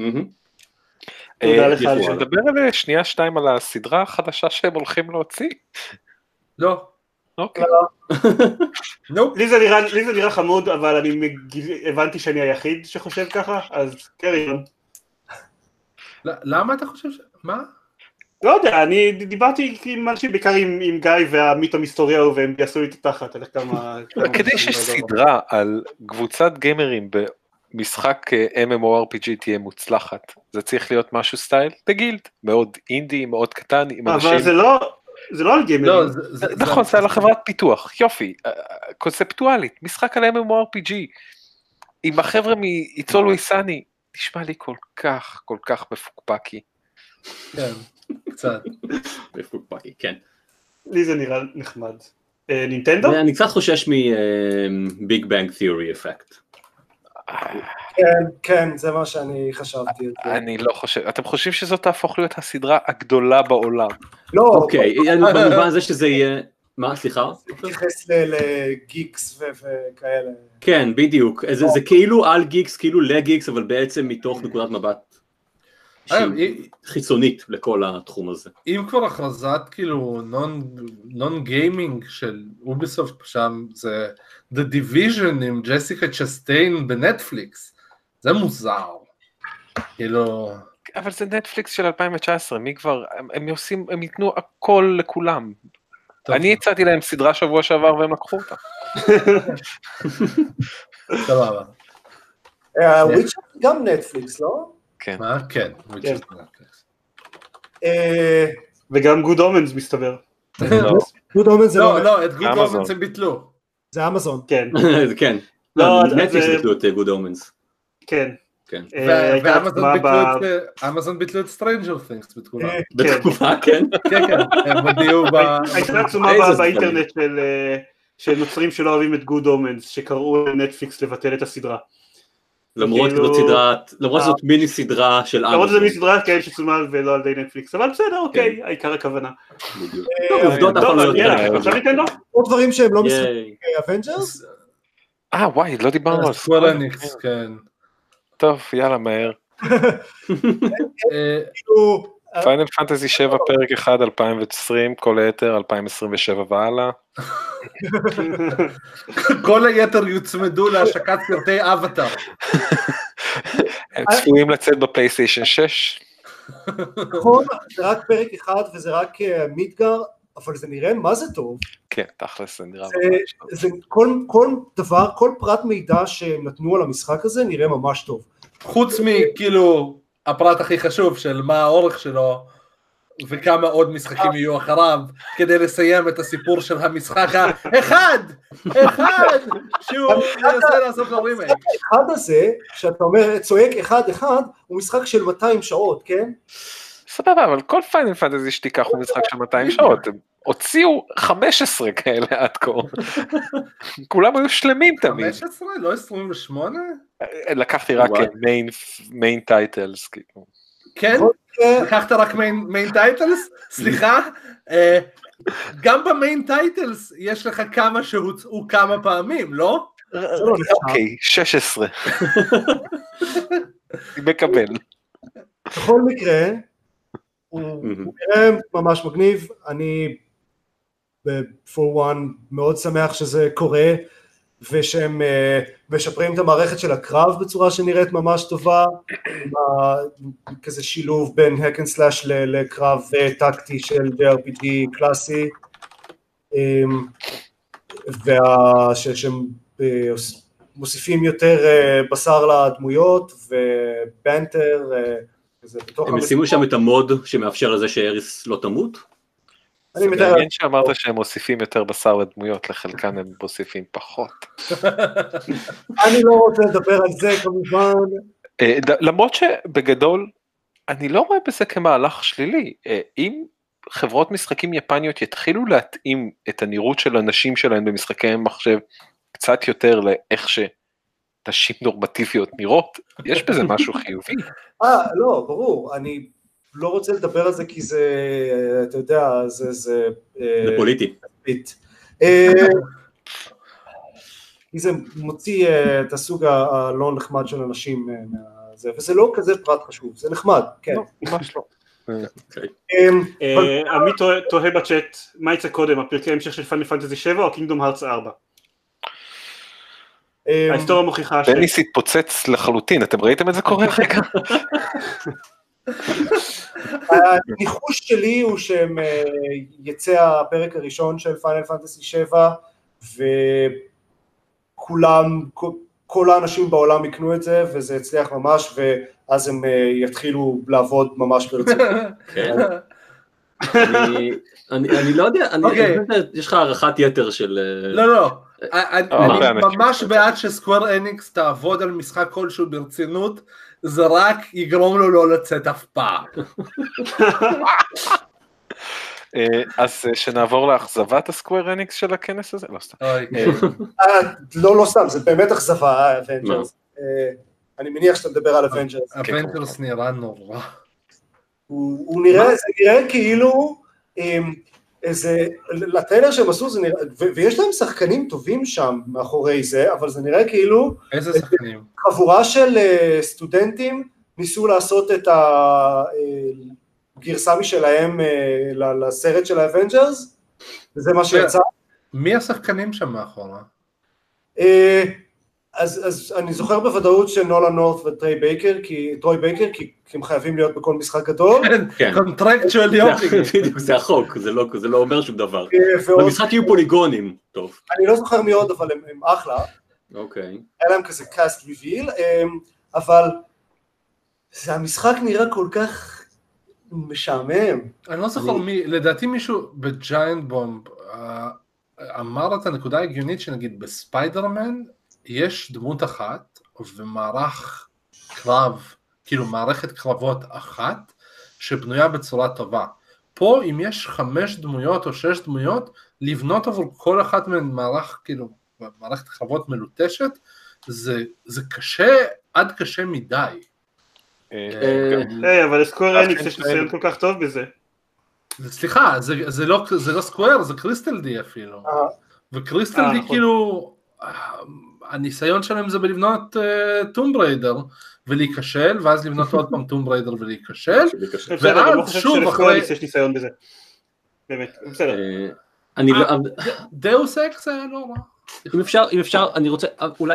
תודה לך על זה.
נדבר על שנייה שתיים על הסדרה החדשה שהם הולכים להוציא?
לא.
אוקיי.
לי זה נראה חמוד, אבל אני הבנתי שאני היחיד שחושב ככה, אז קריון.
למה אתה חושב ש... מה?
לא יודע, אני דיברתי עם אנשים, בעיקר עם גיא והעמית המסתוריהו, והם יעשו לי את התחת על כמה...
כדי שסדרה על קבוצת גיימרים במשחק אם אם או אר פי ג'י תהיה מוצלחת, זה צריך להיות משהו סטייל דגילד, מאוד אינדי, מאוד קטן, עם אנשים...
אבל זה לא... זה לא על גיימרים.
נכון, זה על החברת פיתוח, יופי, קונספטואלית, משחק על אם אם או אר פי ג'י, עם החבר'ה מ-It's Always Sunny, נשמע לי כל כך, כל כך מפוקפקי.
כן, קצת.
מפוקפקי, כן.
לי זה נראה נחמד. נינטנדו?
אני קצת חושש מביג בנג תיאורי אפקט.
כן, כן, זה מה שאני חשבתי.
אני לא חושב, אתם חושבים שזאת תהפוך להיות הסדרה הגדולה בעולם?
לא.
אוקיי, במובן הזה שזה יהיה... מה, סליחה?
מתייחס לגיקס וכאלה.
כן, בדיוק. זה כאילו על גיקס, כאילו לגיקס, אבל בעצם מתוך נקודת מבט חיצונית לכל התחום הזה.
אם כבר הכרזת כאילו נון גיימינג של אוביסופט שם, זה The Division עם ג'סיקה צ'סטיין בנטפליקס, זה מוזר. כאילו...
אבל זה נטפליקס של אלפיים תשע עשרה, מי כבר, הם עושים, הם ייתנו הכל לכולם. אני הצעתי להם סדרה שבוע שעבר והם לקחו אותה.
סבבה.
וויצ'ר גם נטפליקס, לא?
כן.
מה? כן, וויצ'ר נטפליקס.
וגם גוד אומנס מסתבר.
גוד אומנס זה
לא... לא, לא, את גוד אומנס הם ביטלו.
זה אמזון.
כן.
כן. נטפליקס ביטלו את גוד אומנס.
כן.
ואמזון ביטלו את סטרנג'ר תינגס בתקופה.
בתקופה, כן.
כן, כן, הם הודיעו ב...
הייתה עצומה באינטרנט של נוצרים שלא אוהבים את גוד אומנס, שקראו לנטפליקס לבטל את הסדרה.
למרות שזאת סדרה, למרות שזאת מיני סדרה של אמזון.
למרות שזאת מיני סדרה כאלה שצומה ולא על די נטפליקס, אבל בסדר, אוקיי, העיקר הכוונה.
טוב, עובדות יכולות להיות.
עכשיו ניתן לו?
עוד דברים שהם לא משחקים אבנג'רס?
אה, וואי, לא דיברנו על
סקוואר אניקס, כן.
טוב, יאללה, מהר. פיינל פנטזי שבע פרק אחד אלפיים ועשרים, כל היתר אלפיים עשרים ושבע והלאה.
כל היתר יוצמדו להשקת סרטי אבטר.
הם צפויים לצאת בפלייסטיישן שש.
נכון, זה רק פרק אחד וזה רק מידגר, אבל זה נראה מה זה טוב.
כן, תכלס זה נראה
ממש טוב. כל דבר, כל פרט מידע שהם נתנו על המשחק הזה נראה ממש טוב.
חוץ מכאילו הפרט הכי חשוב של מה האורך שלו וכמה עוד משחקים יהיו אחריו כדי לסיים את הסיפור של המשחק האחד, אחד שהוא ינסה לעשות לו רימייק.
האחד הזה, שאתה אומר צועק אחד אחד, הוא משחק של מאתיים שעות, כן?
סבבה, אבל כל פיינל פנטזי שתיקח הוא משחק של מאתיים שעות, הם הוציאו חמש עשרה כאלה עד כה, כולם היו שלמים תמיד.
חמש עשרה? לא עשרים ושמונה?
לקחתי רק מיין טייטלס.
כן? לקחת רק מיין טייטלס? סליחה? גם במיין טייטלס יש לך כמה שהוצאו כמה פעמים, לא?
אוקיי, שש עשרה. אני מקבל.
בכל מקרה, הוא נראה ממש מגניב, אני for one מאוד שמח שזה קורה, ושהם משפרים את המערכת של הקרב בצורה שנראית ממש טובה, כזה שילוב בין hack and slash לקרב טקטי של די אר פי ג'י קלאסי, ושהם מוסיפים יותר בשר לדמויות ובנטר,
הם ישימו שם את המוד שמאפשר לזה שאריס לא תמות?
זה מעניין שאמרת שהם מוסיפים יותר בשר לדמויות, לחלקן הם מוסיפים פחות.
אני לא רוצה לדבר על זה כמובן.
למרות שבגדול, אני לא רואה בזה כמהלך שלילי. אם חברות משחקים יפניות יתחילו להתאים את הנראות של הנשים שלהם במשחקי מחשב, קצת יותר לאיך ש... נשים נורמטיביות נראות, יש בזה משהו חיובי.
אה, לא, ברור, אני לא רוצה לדבר על זה כי זה, אתה יודע, זה... זה
פוליטי.
כי זה מוציא את הסוג הלא נחמד של אנשים מהזה, וזה לא כזה פרט חשוב, זה נחמד, כן.
לא, ממש לא.
עמית תוהה בצ'אט, מה יצא קודם, הפרקי המשך של פיינל פנטזי שבע או קינגדום הארטס ארבע? ההיסטוריה מוכיחה ש...
דניס התפוצץ לחלוטין, אתם ראיתם את זה קורה רגע?
הניחוש שלי הוא שהם יצא הפרק הראשון של פיינל פנטסי שבע, וכולם, כל האנשים בעולם יקנו את זה, וזה יצליח ממש, ואז הם יתחילו לעבוד ממש ברצינות.
כן. אני לא יודע, יש לך הערכת יתר של...
לא, לא, אני ממש בעד שסקוואר אניקס תעבוד על משחק כלשהו ברצינות, זה רק יגרום לו לא לצאת אף פעם.
אז שנעבור לאכזבת הסקוואר אניקס של הכנס הזה? לא סתם.
לא, לא סתם, זה באמת אכזבה, אבנג'רס. אני מניח שאתה מדבר על אבנג'רס.
אבנג'רס נראה נורא.
הוא נראה, זה נראה כאילו, איזה, לטריילר שהם עשו, זה נראה, ויש להם שחקנים טובים שם מאחורי זה, אבל זה נראה כאילו,
איזה שחקנים?
חבורה של סטודנטים ניסו לעשות את הגרסה משלהם לסרט של האבנג'רס, וזה מה שיצא.
מי השחקנים שם מאחורה?
אז, אז אני זוכר בוודאות של נולן נורת' וטרי בייקר, כי טרוי בייקר, כי הם חייבים להיות בכל משחק גדול.
כן,
קונטרקטואל יופי.
בדיוק, זה החוק, זה לא, זה לא אומר שום דבר. במשחק יהיו פוליגונים, טוב.
אני לא זוכר מי עוד, אבל הם, הם אחלה.
אוקיי.
היה להם כזה קאסט ריביל, אבל זה המשחק נראה כל כך משעמם.
אני לא זוכר מי, לדעתי מישהו בג'יינט בומב אמר את הנקודה ההגיונית שנגיד בספיידרמן, יש דמות אחת ומערך קרב, כאילו מערכת קרבות אחת שבנויה בצורה טובה. פה אם יש חמש דמויות או שש דמויות, לבנות עבור כל אחת מהן מערך, כאילו מערכת קרבות מלוטשת, זה, זה קשה עד קשה מדי.
אבל סקוואר אניקס יש ניסיון כל כך טוב בזה.
סליחה, זה לא סקוואר, זה קריסטל די אפילו. וקריסטל די כאילו... הניסיון שלהם זה בלבנות טום בריידר ולהיכשל, ואז לבנות עוד פעם טום בריידר ולהיכשל, ואז שוב אחרי...
יש ניסיון בזה. באמת, בסדר.
דאוס אקס היה לא רע.
אם אפשר, אם אפשר, אני רוצה, אולי...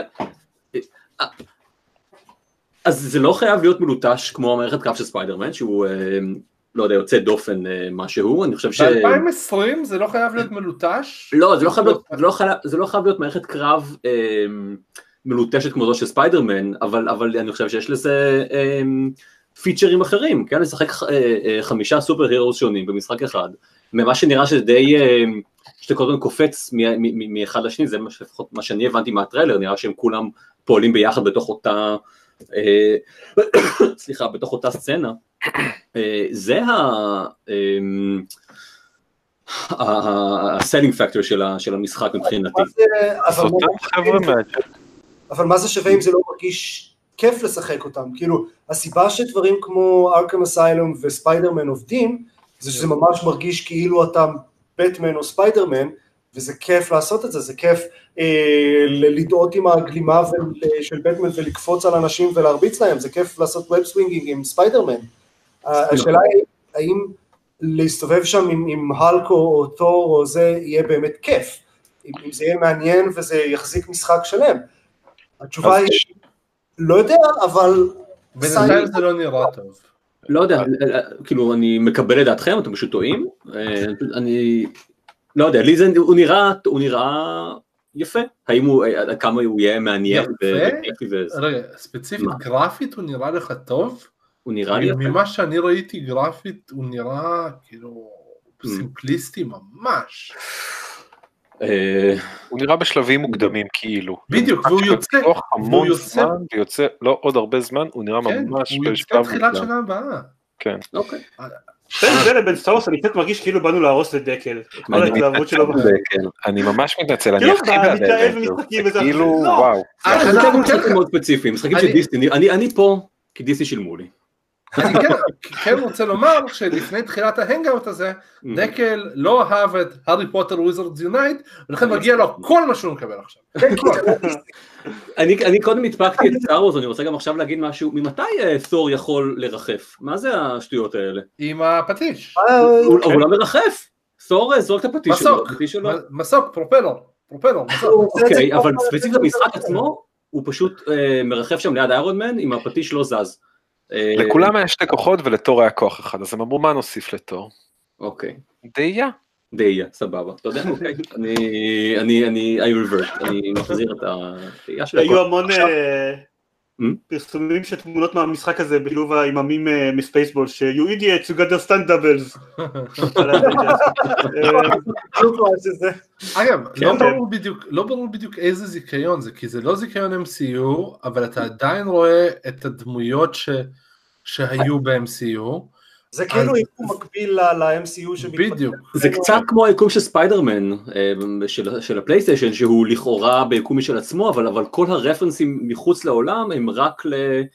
אז זה לא חייב להיות מלוטש כמו המערכת קרב של ספיידרמן, שהוא... לא יודע, יוצא דופן משהו, אני חושב ש...
ב-אלפיים ועשרים זה לא חייב להיות מלוטש?
לא, זה לא חייב להיות, זה לא חייב, זה לא חייב להיות מערכת קרב אה, מלוטשת כמו זו של ספיידרמן, אבל, אבל אני חושב שיש לזה אה, פיצ'רים אחרים, כן? לשחק אה, אה, חמישה סופר הירוס שונים במשחק אחד, ממה שנראה שזה די, אה, שאתה כל הזמן קופץ מאחד לשני, זה לפחות מה שאני הבנתי מהטריילר, נראה שהם כולם פועלים ביחד בתוך אותה, אה, סליחה, בתוך אותה סצנה, זה ה-selling factor של המשחק מבחינתי.
אבל מה זה שווה אם זה לא מרגיש כיף לשחק אותם? כאילו, הסיבה שדברים כמו ארכם אסיילום וספיידרמן עובדים, זה שזה ממש מרגיש כאילו אתה בטמן או ספיידרמן, וזה כיף לעשות את זה, זה כיף לדעות עם הגלימה של בטמן ולקפוץ על אנשים ולהרביץ להם, זה כיף לעשות ווב סווינגינג עם ספיידרמן. השאלה היא, האם להסתובב שם עם, עם הלקו או תור או זה יהיה באמת כיף, אם, אם זה יהיה מעניין וזה יחזיק משחק שלם. התשובה היא, לא יודע, אבל...
בינתיים זה לא נראה טוב.
לא יודע, כאילו אני מקבל את דעתכם, אתם פשוט טועים, אני לא יודע, לי זה, הוא נראה, הוא נראה יפה, האם הוא, כמה הוא יהיה מעניין.
יפה? רגע, ספציפית גרפית הוא נראה לך טוב?
הוא נראה לי יפה.
ממה שאני ראיתי גרפית, הוא נראה כאילו סימפליסטי ממש.
הוא נראה בשלבים מוקדמים כאילו.
בדיוק, והוא יוצא.
המון זמן, ויוצא לא עוד הרבה זמן, הוא נראה ממש
בשלב מוקדם. הוא יוצא תחילת שנה הבאה.
כן.
אוקיי.
בין זה לבין סטארס, אני קצת מרגיש כאילו באנו להרוס לדקל.
אני ממש מתנצל, אני
כאילו
אכתיב
מהדקל.
כאילו וואו.
אני רוצה מאוד ספציפי, משחקים של דיסני, אני פה כי דיסני שילמו לי.
אני כן רוצה לומר שלפני תחילת ההנגאוט הזה, דקל לא אהב את הארי פוטר וויזרדס יונייט, ולכן מגיע לו כל מה שהוא מקבל עכשיו.
אני קודם התפקתי את סטאר וורס, אני רוצה גם עכשיו להגיד משהו, ממתי תור יכול לרחף? מה זה השטויות האלה?
עם הפטיש.
הוא לא מרחף, תור זורק את הפטיש שלו.
מסוק, פרופלור, פרופלור, מסוק.
אוקיי, אבל ספציפית המשחק עצמו, הוא פשוט מרחף שם ליד איירון מן, אם הפטיש לא זז.
לכולם היה שתי כוחות ולתור היה כוח אחד, אז הם אמרו מה נוסיף לתור?
אוקיי.
דאייה.
דאייה, סבבה. אתה יודע, אוקיי. אני, אני, אני, I revert, אני מחזיר את הדאייה של הכל.
היו המון פרסומים של תמונות מהמשחק הזה, בשילוב האימאמים מספייסבול, ש-You idiots, you got to stand doubles.
אגב, לא ברור בדיוק איזה זיכיון זה, כי זה לא זיכיון אם סי יו, אבל אתה עדיין רואה את הדמויות שהיו ב-אם סי יו,
זה כאילו יקום מקביל ל-אם סי יו
בדיוק.
זה קצת כמו היקום של ספיידרמן של הפלייסטיישן, שהוא לכאורה ביקום משל עצמו, אבל כל הרפרנסים מחוץ לעולם הם רק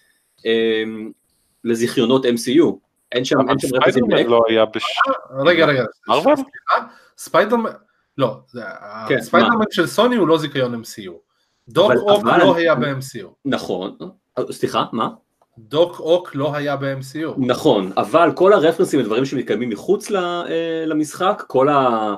לזיכיונות אם סי יו. אין שם רפרנסים.
ספיידרמן לא היה בש...
רגע, רגע.
מרוול?
ספיידרמן, לא, ספיידרמן של סוני הוא לא זיכיון אם סי יו. דוק אוק לא היה ב-אם סי יו.
נכון. סליחה, מה?
דוק אוק לא היה ב-אם סי יו.
נכון, אבל כל הרפרנסים ודברים שמתקיימים מחוץ למשחק, כל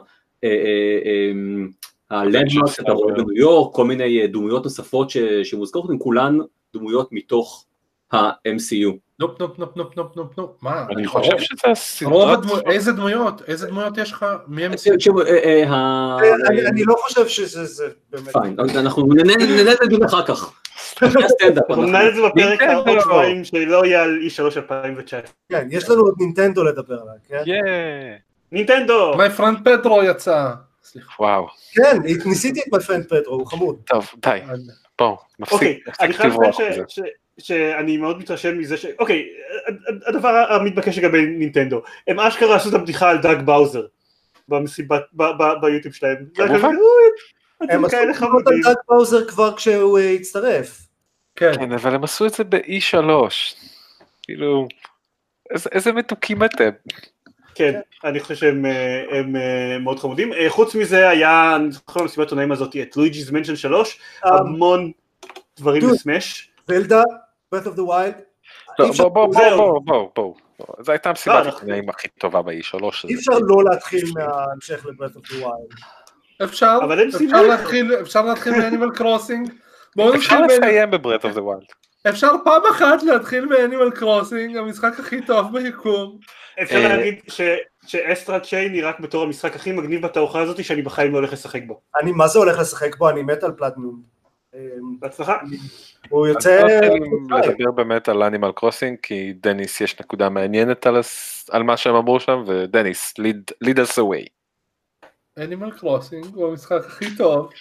הלנדמרק שאתה רואה בניו יורק, כל מיני דמויות נוספות שמוזכרות, הן כולן דמויות מתוך ה-אם סי יו.
נופ, נופ, נופ, נופ, נופ, נופ, נופ, מה?
אני חושב שזה הסדרת...
איזה דמויות? איזה דמויות יש לך מ-אם סי יו?
אני לא חושב שזה באמת...
פיין, אנחנו ננהל את זה אחר כך.
אנחנו ננהל את זה בפרק העוד שבועיים שלא יהיה על אי שלוש אלפיים תשע עשרה.
כן, יש לנו עוד נינטנדו לדבר עליו, כן?
נינטנדו!
מי פרנד פדרו יצא.
וואו.
כן, ניסיתי את מי פרנד פדרו, הוא חמוד.
טוב, די. בואו, מפסיק.
אני חייב לציין שאני מאוד מתרשם מזה ש... אוקיי, הדבר המתבקש לגבי נינטנדו, הם אשכרה עשו את הבדיחה על דאג באוזר במסיבת, ביוטיוב שלהם.
כמובן.
הם עשו את דאג באוזר כבר כשהוא הצטרף.
כן, אבל הם עשו את זה ב-אי שלוש. כאילו, איזה מתוקים אתם.
כן, אני חושב שהם מאוד חמודים. חוץ מזה היה, אני זוכר במסיבת עיתונאים הזאת, את לואיג'יז מנשן שלוש, המון דברים לסמש.
זלדה, Breath of the Wild.
בואו, בואו, בואו, בואו, בואו. זו הייתה מסיבת עיתונאים הכי טובה ב-אי שלוש.
אי אפשר לא להתחיל מההמשך ל-Breath of the Wild.
אפשר, אפשר להתחיל מ-Animal Crossing.
אפשר לסיים ב-Breath of the Wild.
אפשר פעם אחת להתחיל מ-Animal Crossing, המשחק הכי טוב ביקום.
אפשר להגיד שאסטרה צ'יין היא רק בתור המשחק הכי מגניב בתערוכה הזאת, שאני בחיים לא הולך לשחק בו.
אני מה זה הולך לשחק בו? אני מת על פלטינום.
בהצלחה.
הוא יוצא...
לדבר באמת על Animal Crossing, כי דניס יש נקודה מעניינת על מה שהם אמרו שם, ודניס, lead us away.
Animal Crossing הוא המשחק הכי טוב.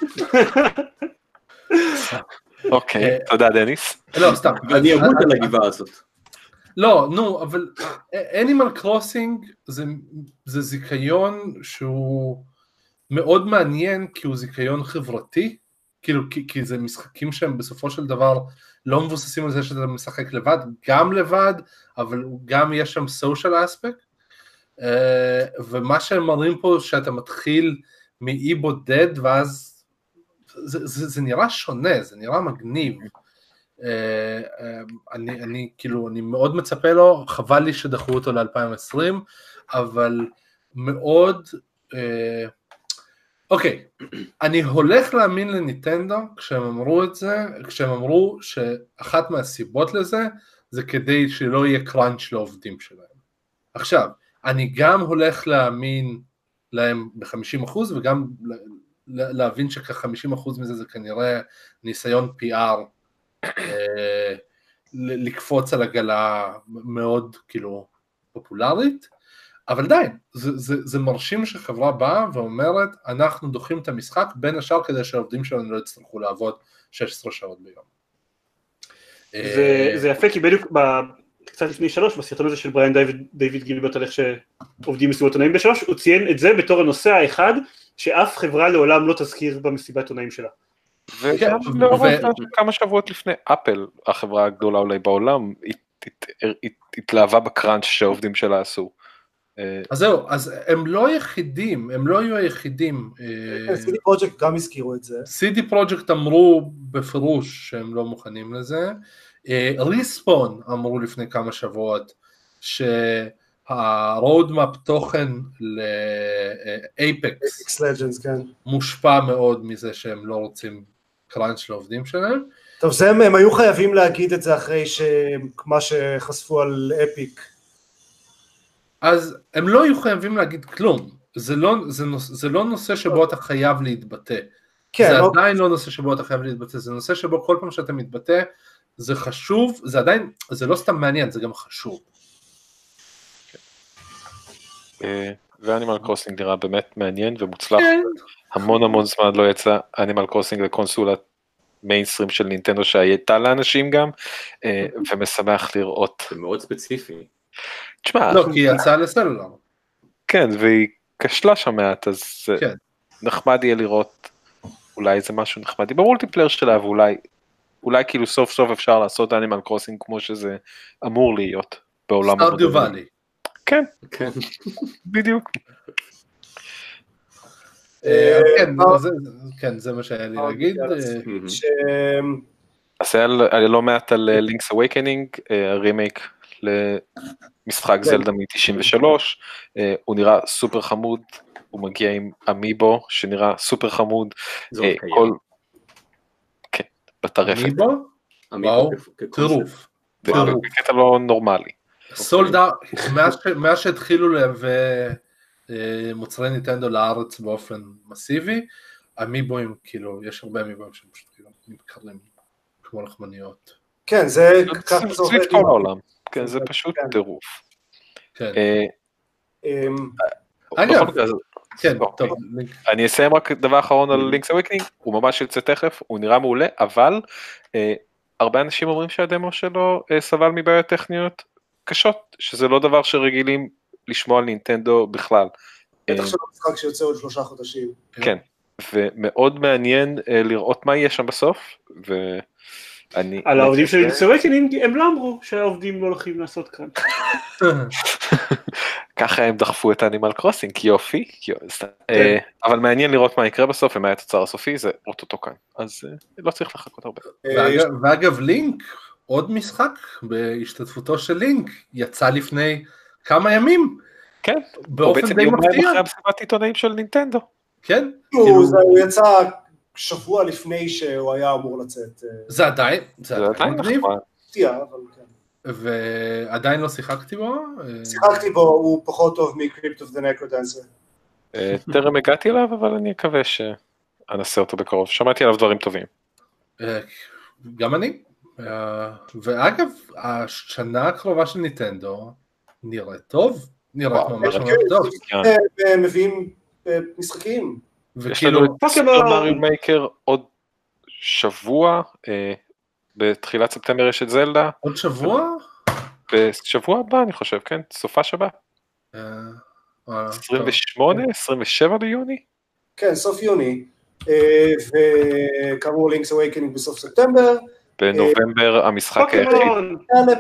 אוקיי, תודה דניס.
לא, סתם.
אני אמות על הגבעה הזאת.
לא, נו, אבל Animal Crossing זה זיכיון שהוא מאוד מעניין, כי הוא זיכיון חברתי, כאילו, כי זה משחקים שהם בסופו של דבר לא מבוססים על זה שאתה משחק לבד, גם לבד, אבל גם יש שם social aspect, ומה שהם מראים פה שאתה מתחיל מאי בודד, ואז זה, זה, זה נראה שונה, זה נראה מגניב. אני, אני, כאילו, אני מאוד מצפה לו, חבל לי שדחו אותו ל-אלפיים ועשרים, אבל מאוד, אוקיי, אני הולך להאמין לניטנדו, כשהם אמרו את זה, כשהם אמרו שאחת מהסיבות לזה, זה כדי שלא יהיה קראנץ' לעובדים שלהם. עכשיו, אני גם הולך להאמין להם ב-חמישים אחוז, וגם להבין שכ-חמישים אחוז מזה זה כנראה ניסיון פי אר, לקפוץ על הגלה מאוד כאילו פופולרית, אבל די, זה, זה, זה מרשים שחברה באה ואומרת, אנחנו דוחים את המשחק בין השאר כדי שהעובדים שלנו לא יצטרכו לעבוד שש עשרה שעות ביום.
זה, זה יפה, כי בדיוק קצת לפני שלוש, בסרטון הזה של בריין דיוויד גילברט על איך שעובדים מסיבות עונאים בשלוש, הוא ציין את זה בתור הנושא האחד, שאף חברה לעולם לא תזכיר במסיבת עונאים שלה.
וגם כמה שבועות לפני אפל, החברה הגדולה אולי בעולם, התלהבה בקראנץ' שהעובדים שלה עשו.
אז זהו, אז הם לא יחידים, הם לא יהיו היחידים.
סי די פרוג'קט גם הזכירו את זה.
סי די פרוג'קט אמרו בפירוש שהם לא מוכנים לזה. ריספון אמרו לפני כמה שבועות שהרודמאפ תוכן לאייפקס
מושפע
מאוד מזה שהם לא רוצים קראנץ' לעובדים שלהם.
טוב, זה הם היו חייבים להגיד את זה אחרי מה שחשפו על אפיק.
אז הם לא היו חייבים להגיד כלום, זה לא, זה נוס, זה לא נושא שבו אתה חייב להתבטא, כן, זה אוקיי. עדיין לא נושא שבו אתה חייב להתבטא, זה נושא שבו כל פעם שאתה מתבטא, זה חשוב, זה עדיין, זה לא סתם מעניין, זה גם חשוב.
ואנימל קרוסינג נראה באמת מעניין ומוצלח, המון המון זמן לא יצא אנימל קרוסינג לקונסולת מיינסטרים של נינטנדו שהייתה לאנשים גם, ומשמח לראות.
זה מאוד ספציפי.
תשמע,
לא, כי היא יצאה לסלולר.
כן, והיא כשלה שם מעט, אז נחמד יהיה לראות, אולי זה משהו נחמד, היא במולטיפלייר שלה, ואולי אולי כאילו סוף סוף אפשר לעשות אנימל קרוסינג כמו שזה אמור להיות בעולם
המודרני. סטארדיו ואלי.
כן, כן, בדיוק.
כן, זה מה שהיה לי להגיד.
אז היה לא מעט על לינקס אווייקנינג, הרימייק למשחק זלדה מ-תשעים ושלוש, הוא נראה סופר חמוד, הוא מגיע עם אמיבו שנראה סופר חמוד, כן, בטרפת.
אמיבו? וואו, טירוף.
בקטע לא נורמלי.
סולדה, מאז שהתחילו מוצרי ניטנדו לארץ באופן מסיבי, אמיבוים, כאילו, יש הרבה אמיבוים שהם פשוט כאילו מתקרלים כמו לחמניות.
כן, זה
ככה זה עובד. כל העולם, כן, זה פשוט טירוף.
כן.
אגב, אני אסיים רק דבר אחרון על לינקס אווייקנינג, הוא ממש יוצא תכף, הוא נראה מעולה, אבל הרבה אנשים אומרים שהדמו שלו סבל מבעיות טכניות קשות, שזה לא דבר שרגילים לשמוע על נינטנדו בכלל.
בטח שלא משחק שיוצא עוד שלושה חודשים.
כן, ומאוד מעניין לראות מה יהיה שם בסוף, ואני...
על העובדים של לינקס אווייקנינג, הם לא אמרו שהעובדים לא הולכים לעשות כאן.
ככה הם דחפו את אנימל קרוסינג, יופי, אבל מעניין לראות מה יקרה בסוף, ומה התוצר הסופי, זה אוטוטו כאן, אז לא צריך לחכות הרבה.
ואגב לינק, עוד משחק בהשתתפותו של לינק, יצא לפני כמה ימים,
כן,
באופן די מפתיע.
אחרי המסיבת עיתונאים של נינטנדו.
כן.
הוא יצא שבוע לפני שהוא היה אמור לצאת.
זה עדיין, זה עדיין מגניב.
מפתיע, אבל כן.
ועדיין לא שיחקתי בו?
שיחקתי בו, הוא פחות טוב מקריפט אוף דה נקרודנסר.
טרם הגעתי אליו, אבל אני אקווה שאנסה אותו בקרוב. שמעתי עליו דברים טובים.
גם אני. ואגב, השנה הקרובה של ניטנדו נראית טוב, נראית ממש ממש טוב.
הם מביאים משחקים.
יש לנו את סופר מריו מייקר עוד שבוע, בתחילת ספטמבר יש את זלדה.
עוד שבוע?
בשבוע הבא אני חושב, כן, סופה שבה. עשרים ושמונה, עשרים ושבע ביוני?
כן, סוף יוני. וכאמור לינקס אווייקנינג בסוף ספטמבר.
בנובמבר המשחק
פוקימון!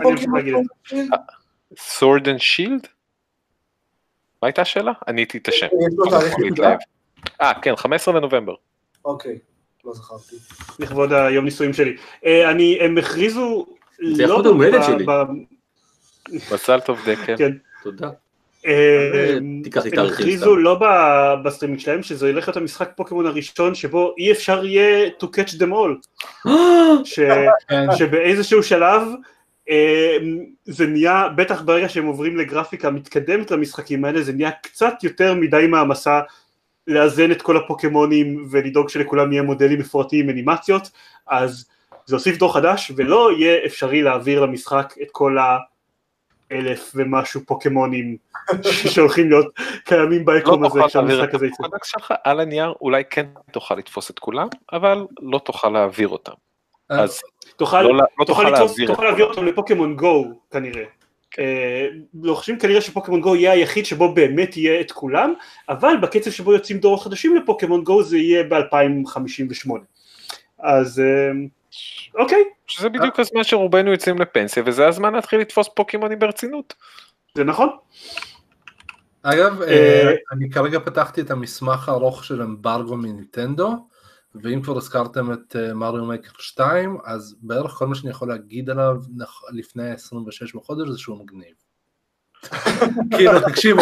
סורד אנד שילד? מה הייתה השאלה? אני הייתי את השם. אה, כן, חמישה עשר בנובמבר.
אוקיי, לא זכרתי.
לכבוד היום ניסויים שלי. הם הכריזו...
זה יכול הומלדת שלי.
מזל טוב דקר.
כן.
תודה.
הם הכריזו לא בסטרימינג שלהם, שזה ילך להיות המשחק פוקימון הראשון שבו אי אפשר יהיה to catch them all. שבאיזשהו שלב זה נהיה, בטח ברגע שהם עוברים לגרפיקה מתקדמת למשחקים האלה, זה נהיה קצת יותר מדי מהמסע לאזן את כל הפוקימונים ולדאוג שלכולם יהיה מודלים מפורטים עם אנימציות, אז זה הוסיף דור חדש ולא יהיה אפשרי להעביר למשחק את כל האלף ומשהו פוקימונים שהולכים להיות קיימים ביקום הזה כשהמשחק הזה יצא.
הקודקס שלך על הנייר אולי כן תוכל לתפוס את כולם, אבל לא תוכל להעביר אותם. אז
תוכל להעביר אותם לפוקימון גו כנראה. לא חושבים כנראה שפוקימון גו יהיה היחיד שבו באמת יהיה את כולם, אבל בקצב שבו יוצאים דורות חדשים לפוקימון גו זה יהיה ב-אלפיים חמישים ושמונה. אז אוקיי.
שזה בדיוק הזמן שרובנו יוצאים לפנסיה, וזה הזמן להתחיל לתפוס פוקימונים ברצינות.
זה נכון.
אגב, אני כרגע פתחתי את המסמך הארוך של אמברגו מניטנדו, ואם כבר הזכרתם את מריו מייקר שתיים, אז בערך כל מה שאני יכול להגיד עליו לפני עשרים ושש בחודש זה שהוא מגניב. כאילו, תקשיבו,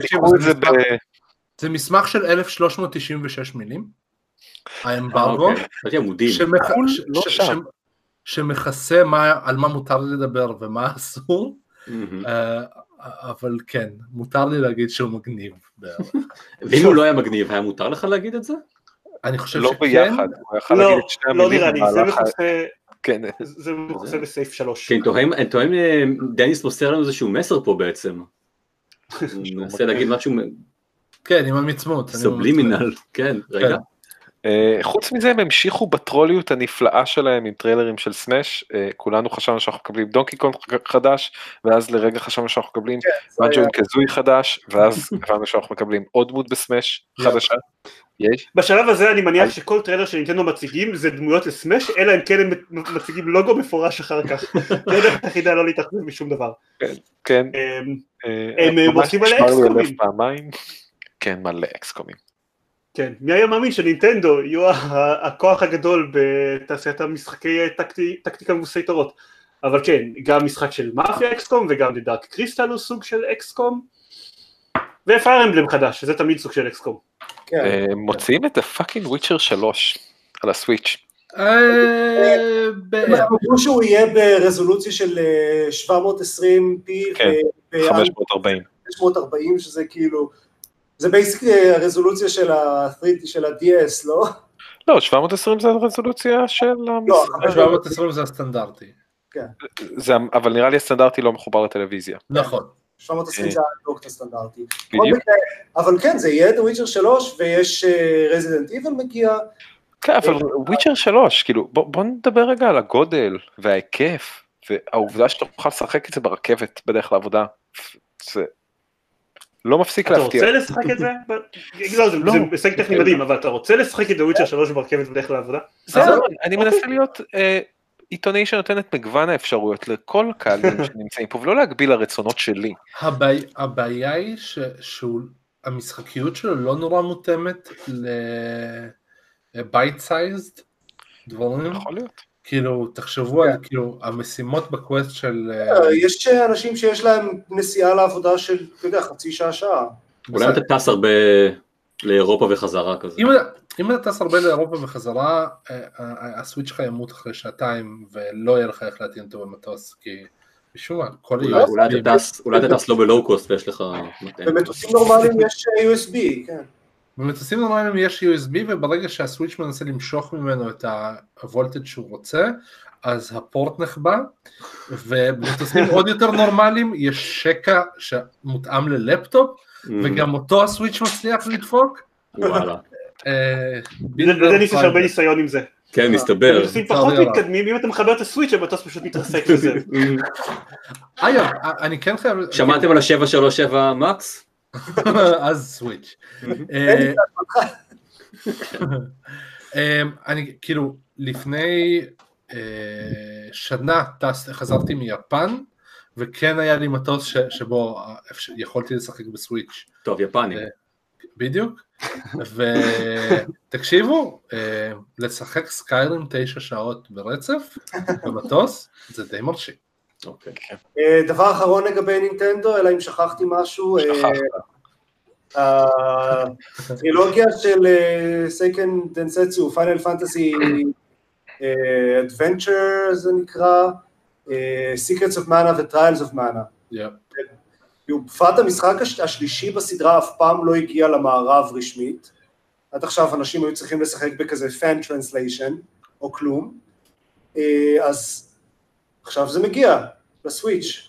זה מסמך של אלף שלוש מאות תשעים ושש מילים, האמברגו, שמכסה על מה מותר לי לדבר ומה אסור, אבל כן, מותר לי להגיד שהוא מגניב.
ואם הוא לא היה מגניב, היה מותר לך להגיד את זה?
אני חושב
לא
שכן.
ביחד, הוא יכול להגיד את שני
לא
המילים.
נראה לי, זה מכוסה...
כן.
זה מכוסה בסעיף שלוש.
כן, תוהם דניס מוסר לנו איזשהו מסר פה בעצם. אני מנסה להגיד משהו...
כן, עם המצמות.
סובלימינל, כן, רגע.
חוץ מזה הם המשיכו בטרוליות הנפלאה שלהם עם טריילרים של סמש, כולנו חשבנו שאנחנו מקבלים דונקי קונג חדש, ואז לרגע חשבנו שאנחנו מקבלים בנג'ו קזוי חדש, ואז הבנו שאנחנו מקבלים עוד דמות בסמש חדשה.
בשלב הזה אני מניח שכל טריילר שנינטנדו מציגים זה דמויות לסמש, אלא אם כן הם מציגים לוגו מפורש אחר כך. זה דרך היחידה לא להתאכזב משום דבר.
כן.
הם עושים על אקסקומים.
כן, מלא אקסקומים.
כן, מי היה מאמין שנינטנדו יהיו הכוח הגדול בתעשיית המשחקי טקטיקה מבוססי תורות. אבל כן, גם משחק של מאפיה אקסקום וגם דארק קריסטל הוא סוג של אקסקום. ופייר אמבלם חדש, שזה תמיד סוג של אקסקום.
מוציאים את הפאקינג וויצ'ר שלוש על הסוויץ'.
אמרו שהוא יהיה ברזולוציה של שבע מאות עשרים פי
ו-חמש מאות ארבעים.
חמש מאות ארבעים שזה כאילו, זה בייסיק הרזולוציה של ה-די אס, לא?
לא, שבע מאות עשרים זה הרזולוציה של...
לא, שבע מאות עשרים זה הסטנדרטי.
אבל נראה לי הסטנדרטי לא מחובר לטלוויזיה.
נכון.
שבע מאות עשרים זה הדוקט הסטנדרטי. אבל כן, זה יהיה את וויצ'ר שלוש, ויש רזידנט איבל מגיע.
כן, אבל וויצ'ר שלוש, כאילו, בוא נדבר רגע על הגודל וההיקף, והעובדה שאתה תוכל לשחק את זה ברכבת בדרך לעבודה, זה לא מפסיק להפתיע.
אתה רוצה לשחק את זה? לא, זה הישג טכני מדהים, אבל אתה רוצה לשחק את וויצ'ר שלוש ברכבת בדרך לעבודה?
זהו, אני מנסה להיות... עיתונאי שנותנת מגוון האפשרויות לכל קהלים שנמצאים פה, ולא להגביל לרצונות שלי.
הבעיה היא שהמשחקיות שלו לא נורא מותאמת לבייט סייזד דברים.
יכול להיות.
כאילו, תחשבו על המשימות בקווסט של...
יש אנשים שיש להם נסיעה לעבודה של, אתה יודע, חצי שעה שעה.
אולי אתה טס הרבה לאירופה וחזרה כזה.
אם אתה טס הרבה לאירופה וחזרה, הסוויץ' שלך ימות אחרי שעתיים, ולא יהיה לך איך להטעין אותו במטוס, כי משום מה, כל...
אולי אתה טס לא בלואו-קוסט ויש לך...
במטוסים נורמליים יש יו אס בי, כן.
במטוסים נורמליים יש יו אס בי, וברגע שהסוויץ' מנסה למשוך ממנו את הוולטג' שהוא רוצה, אז הפורט נחבא, ובמטוסים עוד יותר נורמליים יש שקע שמותאם ללפטופ, וגם אותו הסוויץ' מצליח לדפוק.
וואלה.
לדניס יש הרבה ניסיון עם זה.
כן, מסתבר.
במטוסים פחות מתקדמים, אם אתה מחבר את הסוויץ' המטוס פשוט מתרסק לזה.
אגב, אני כן חייב...
שמעתם על ה-שבע שלוש שבע מקס?
אז סוויץ'. אני כאילו, לפני שנה חזרתי מיפן, וכן היה לי מטוס שבו יכולתי לשחק בסוויץ'.
טוב, יפני.
בדיוק. ותקשיבו, לשחק סקיירים תשע שעות ברצף במטוס, זה די מרשים.
דבר אחרון לגבי נינטנדו, אלא אם שכחתי משהו, הטרילוגיה של סייקן דנסטסו, פיינל פנטסי אדוונצ'ר זה נקרא, Secrets of Mana ו-Trials of Mana. בפרט המשחק השלישי בסדרה אף פעם לא הגיע למערב רשמית, עד עכשיו אנשים היו צריכים לשחק בכזה fan translation או כלום, אז עכשיו זה מגיע לסוויץ'.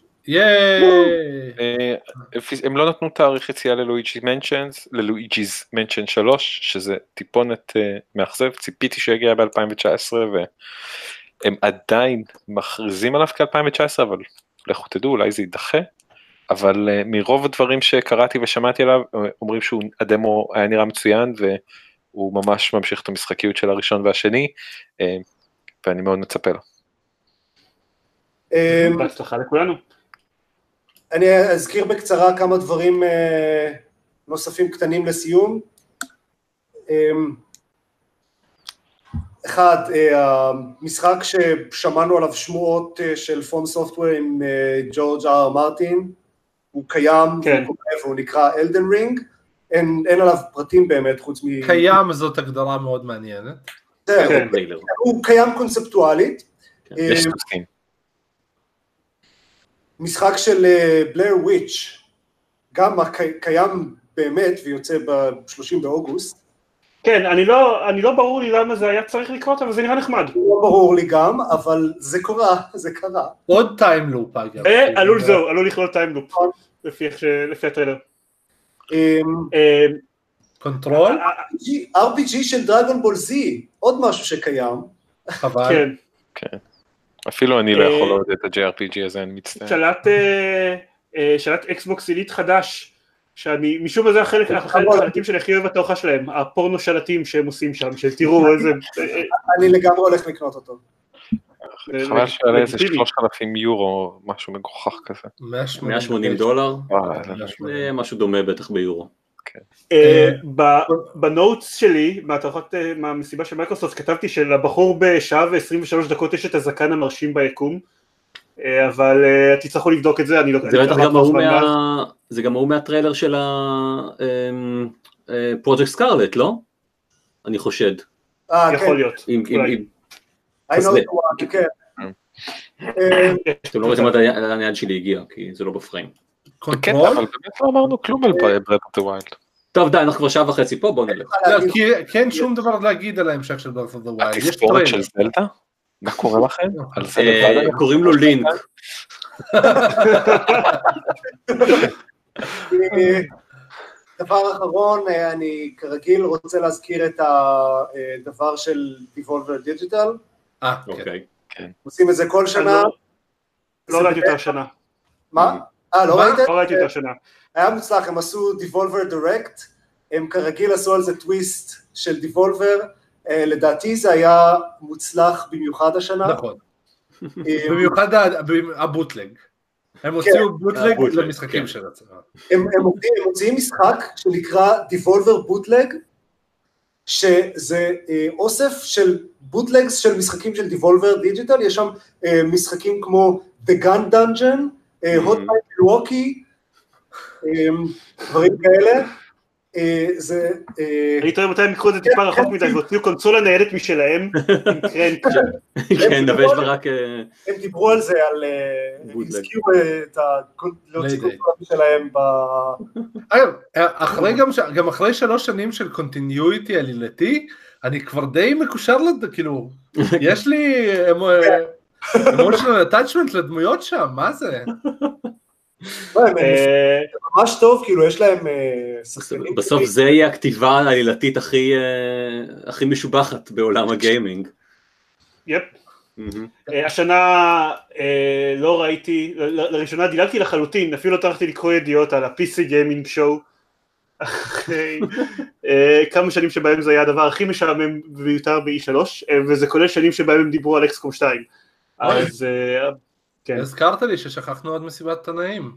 הם לא נתנו תאריך יציאה ללואיג'י's מנשנס, ללואיג'י's מנשן שלוש, שזה טיפונת מאכזב, ציפיתי שיגיע ב-אלפיים תשע עשרה, והם עדיין מכריזים עליו כ-אלפיים תשע עשרה, אבל לכו תדעו, אולי זה יידחה. אבל uh, מרוב הדברים שקראתי ושמעתי עליו, אומרים שהדמו היה נראה מצוין, והוא ממש ממשיך את המשחקיות של הראשון והשני, uh, ואני מאוד מצפה לו.
בהצלחה לכולנו.
אני אזכיר בקצרה כמה דברים uh, נוספים קטנים לסיום. Um, אחד, uh, המשחק ששמענו עליו שמועות uh, של פום סופטוור עם uh, ג'ורג' אר מרטין, הוא קיים, כן. והוא נקרא אלדן רינג, אין, אין עליו פרטים באמת חוץ מ...
קיים זאת הגדרה מאוד מעניינת.
זה, כן. הוא, הוא קיים קונספטואלית,
יש סוסים.
משחק של בלר וויץ', גם קיים באמת ויוצא ב-שלושים באוגוסט.
כן, אני לא, אני לא ברור לי למה זה היה צריך לקרות, אבל זה נראה נחמד.
לא ברור לי גם, אבל זה קרה, זה קרה.
עוד טיימלופ אגב.
עלול זהו, עלול לכלול טיימלופ, לפי הטריילר.
קונטרול?
אר פי ג'י של דרגון בול זי, עוד משהו שקיים.
חבל.
כן. אפילו אני לא יכול לעוד את ה-ג'יי אר פי ג'י הזה, אני מצטער.
שלט, שלט אקסבוקס עילית חדש, שאני, משום מה זה החלק, החלקים שאני הכי אוהב בתערוכה שלהם, הפורנו שלטים שהם עושים שם, שתראו איזה...
אני לגמרי הולך לקנות אותו.
חבל שעלה איזה שלושת אלפים יורו, משהו מגוחך כזה.
מאה ושמונים דולר, משהו דומה בטח ביורו.
בנוטס שלי, מהמסיבה של מייקרוסופט, כתבתי שלבחור בשעה ו-עשרים ושלוש דקות יש את הזקן המרשים ביקום, אבל תצטרכו לבדוק את זה, אני לא...
זה גם הוא מהטריילר של הפרויקט סקארלט, לא? אני חושד.
יכול להיות.
אתם לא רואים לאן היד שלי הגיע, כי זה לא בפריים.
כן, אבל באמת לא אמרנו כלום על ברט אוף דה ויילד.
טוב די, אנחנו כבר שעה וחצי פה, בואו נלך.
כי אין שום דבר להגיד על ההמשך של ברט אוף דה ויילד.
התספורת של זלדה? מה קורה לכם?
קוראים לו לינק.
דבר אחרון, אני כרגיל רוצה להזכיר את הדבר של Devolver Digital.
אה, כן.
עושים את זה כל שנה.
לא ראיתי יותר שנה.
מה? אה, לא ראיתם?
לא ראיתי יותר שנה.
היה מוצלח, הם עשו Devolver Direct, הם כרגיל עשו על זה טוויסט של Devolver, לדעתי זה היה מוצלח במיוחד השנה.
נכון. במיוחד הבוטלג. הם הוציאו בוטלג למשחקים של הצרה.
הם מוציאים משחק שנקרא Devolver Bootleg, שזה אוסף של בוטלגס של משחקים של Devolver Digital, יש שם משחקים כמו The Gun Dungeon, Hotline Milwaukee, דברים כאלה. זה...
אני טועה מתי הם יקחו את זה טיפה רחוק מדי, והוציאו קונסולה ניידת משלהם, עם קרנק.
כן, דבש ורק...
הם דיברו על זה, על... הזכירו את להוציא קונסולה משלהם ב...
אגב, גם אחרי שלוש שנים של קונטיניויטי עלילתי, אני כבר די מקושר, כאילו, יש לי emotional attachment לדמויות שם, מה זה?
ממש טוב, כאילו יש להם...
בסוף זה יהיה הכתיבה העלילתית הכי משובחת בעולם הגיימינג.
יפ. השנה לא ראיתי, לראשונה דילגתי לחלוטין, אפילו לא טרחתי לקרוא ידיעות על ה-פי סי Gaming Show, אחרי כמה שנים שבהם זה היה הדבר הכי משעמם ויותר ב-אי שלוש, וזה כולל שנים שבהם הם דיברו על אקס קום שתיים. אז...
הזכרת לי ששכחנו עוד מסיבת תנאים.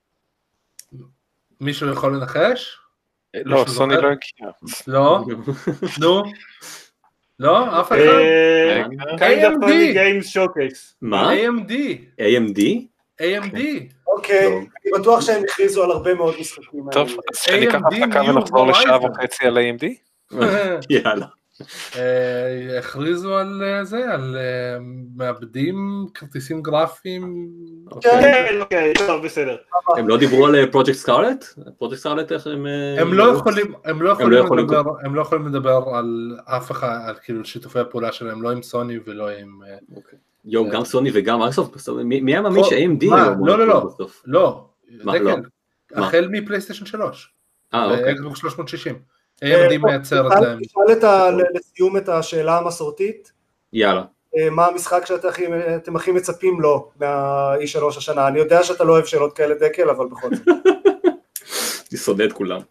מישהו יכול לנחש?
לא, סוני לא הגיע.
לא? נו? לא? אף אחד?
איי אם די Games Showcase.
מה?
איי אם די.
איי אם די?
איי אם די.
אוקיי, אני בטוח שהם הכריזו על הרבה מאוד משחקים.
טוב, אז ניקח הפסקה ונחזור לשעה וחצי על איי אם די?
יאללה.
הכריזו על זה, על מעבדים, כרטיסים גרפיים.
כן, אוקיי, טוב, בסדר.
הם לא דיברו על פרויקט סקארלט? פרויקט סקארלט איך הם...
הם לא יכולים, הם לא יכולים לדבר על אף אחד, על כאילו שיתופי הפעולה שלהם, לא עם סוני ולא עם...
יום, גם סוני וגם מייקרוסופט, מי היה מאמין ש-איי אם די?
לא, לא, לא, לא, החל מפלייסטיישן שלוש, ואקסבוקס שלוש מאות שישים. איי אם די מייצר את להם.
תשאל לסיום את השאלה המסורתית.
יאללה.
מה המשחק שאתם הכי מצפים לו מה-אי שלוש השנה? אני יודע שאתה לא אוהב שאלות כאלה דקל, אבל בכל זאת.
אני סודה את כולם.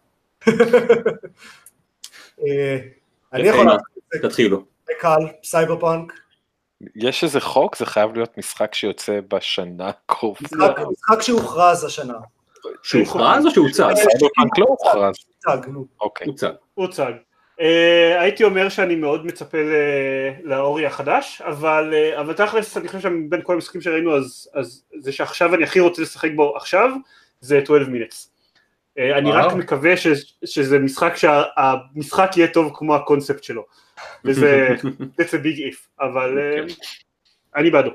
אני יכול להגיד את זה.
תתחילו.
קל, סייבר פאנק.
יש איזה חוק? זה חייב להיות משחק שיוצא בשנה הקרובה.
משחק שהוכרז השנה.
שהוכרז או שהוצג?
סייבר פאנק לא הוכרז.
הוצג, נו.
הוצג.
הוצג. הייתי אומר שאני מאוד מצפה לאורי החדש, אבל תכלס אני חושב שבין כל המשחקים שראינו, אז זה שעכשיו אני הכי רוצה לשחק בו עכשיו, זה שתים עשרה minutes. אני רק מקווה שזה משחק שהמשחק יהיה טוב כמו הקונספט שלו, וזה that's a big if, אבל אני בעדו.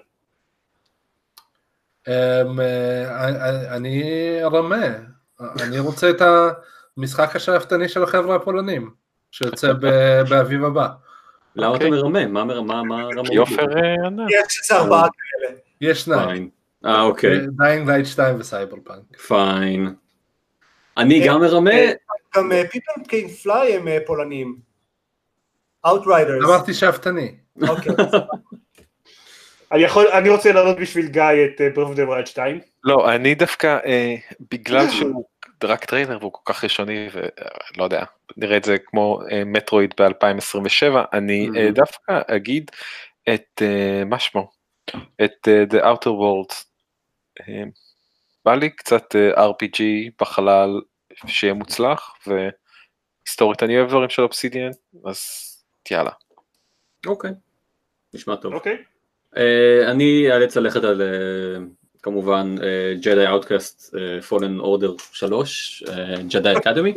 אני רמה, אני רוצה את המשחק השאפתני של החבר'ה הפולנים, שיוצא באביב הבא.
למה אתה מרמה? מה מרמה?
יופר ענה.
יש ארבעה כאלה.
יש שניים.
אה, אוקיי.
דיינג לייט שתיים וסייבר פאנק.
פיין. אני גם מרמה.
גם People Can Fly הם פולנים. Outriders.
אמרתי שאפתני.
אוקיי.
אני רוצה לעלות בשביל גיא את Breath of the Wild שתיים.
לא, אני דווקא, בגלל שהוא רק טריילר והוא כל כך ראשוני, ולא יודע, נראה את זה כמו מטרואיד ב-אלפיים עשרים ושבע, אני דווקא אגיד את, מה שמו? את The Outer Worlds. בא לי קצת אר פי ג'י בחלל שיהיה מוצלח, והיסטורית אני אוהב דברים של אובסידיאן, אז יאללה.
אוקיי, נשמע טוב.
אוקיי.
אני אאלץ ללכת על כמובן ג'די אאוטקאסט פולן אורדר שלוש, ג'די אקדמי.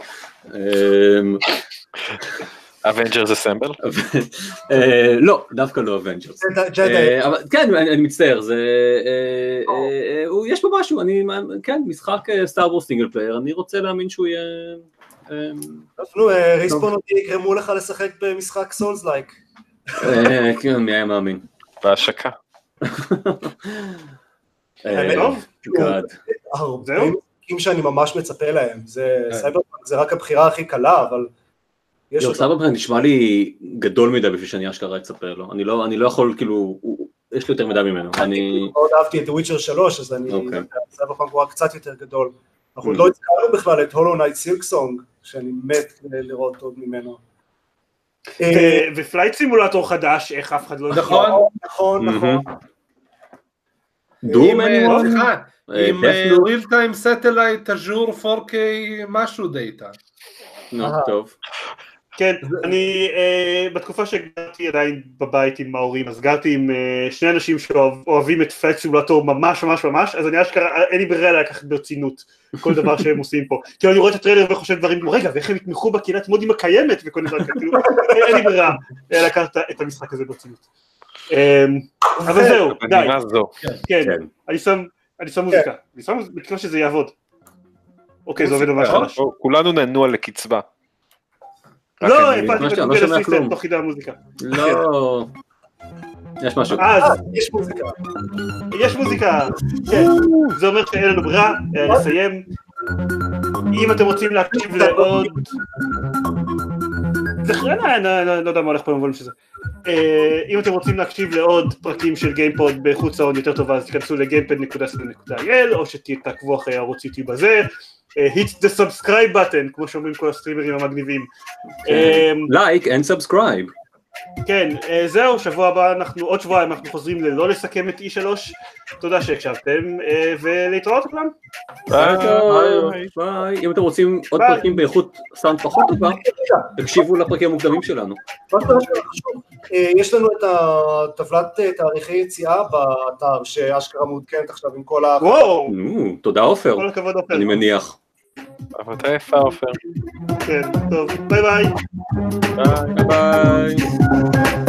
אבנג'רס אסמבל?
לא, דווקא לא אבנג'רס. כן, אני מצטער, יש פה משהו, כן, משחק סטאר וורס סינגל פלייר, אני רוצה להאמין שהוא יהיה...
נו, ריספון אותי יגרמו לך לשחק במשחק סולס לייק.
כן, מי היה מאמין.
בהשקה.
טוב,
הרבה משחקים שאני ממש מצפה להם, סייברפאנק זה רק הבחירה הכי קלה, אבל...
סייברפאנק נשמע לי גדול מדי בשביל שאני אשכרה אצפה לו, אני לא יכול, כאילו, יש לי יותר מדי ממנו.
אני מאוד אהבתי את וויצ'ר שלוש, אז סייברפאנק הוא רק קצת יותר גדול. אנחנו לא הזכרנו בכלל את הולו נייט סילקסונג, שאני מת לראות עוד ממנו.
ופלייט סימולטור חדש, איך אף אחד לא...
נכון, נכון, נכון.
דום,
עם real time satellite אז'ור פור קיי משהו דאטה.
נו, טוב.
כן, אני בתקופה שגרתי עדיין בבית עם ההורים, אז גרתי עם שני אנשים שאוהבים את פלייט סימולטור ממש ממש ממש, אז אני אשכרה, אין לי ברירה לקחת ברצינות כל דבר שהם עושים פה. כאילו אני רואה את הטריילר וחושב דברים כמו, רגע, ואיך הם יתמכו בקהילת מודים הקיימת וכל דבר כזה, אין לי ברירה לקחת את המשחק הזה ברצינות. אבל זהו, די. כן, אני שם מוזיקה, אני שם בתקווה שזה יעבוד. אוקיי, זה עובד ממש חדש.
כולנו נענו על הקצבה.
לא, הפעלתי את הגוגל אסיסטנט תוך כדי המוזיקה.
לא. יש משהו.
אז,
יש מוזיקה.
יש מוזיקה, כן. זה אומר שאין לנו ברירה, נסיים. אם אתם רוצים להקשיב לעוד... לא יודע מה הולך פה במובן שזה. אם אתם רוצים להקשיב לעוד פרקים של גיימפוד באיכות סאונד יותר טובה, אז תיכנסו לגיימפד נקודה סי נקודה איי אל, או שתעקבו אחרי ערוץ יוטיוב הזה. hit the subscribe button, כמו שאומרים כל הסטרימרים המגניבים.
Like and subscribe.
כן, זהו, שבוע הבא, אנחנו, עוד שבועיים אנחנו חוזרים ללא לסכם את אי שלוש. תודה שהקשבתם, ולהתראות לכולם.
ביי. ביי. אם אתם רוצים עוד פרקים באיכות סאונד פחות טובה, תקשיבו לפרקים המוקדמים שלנו.
יש לנו את הטבלת תאריכי יציאה באתר, שאשכרה מעודכנת עכשיו עם כל ה...
וואו!
תודה עופר.
כל הכבוד עופר.
אני מניח.
עבודה יפה עופר.
כן, טוב, ביי ביי.
ביי ביי.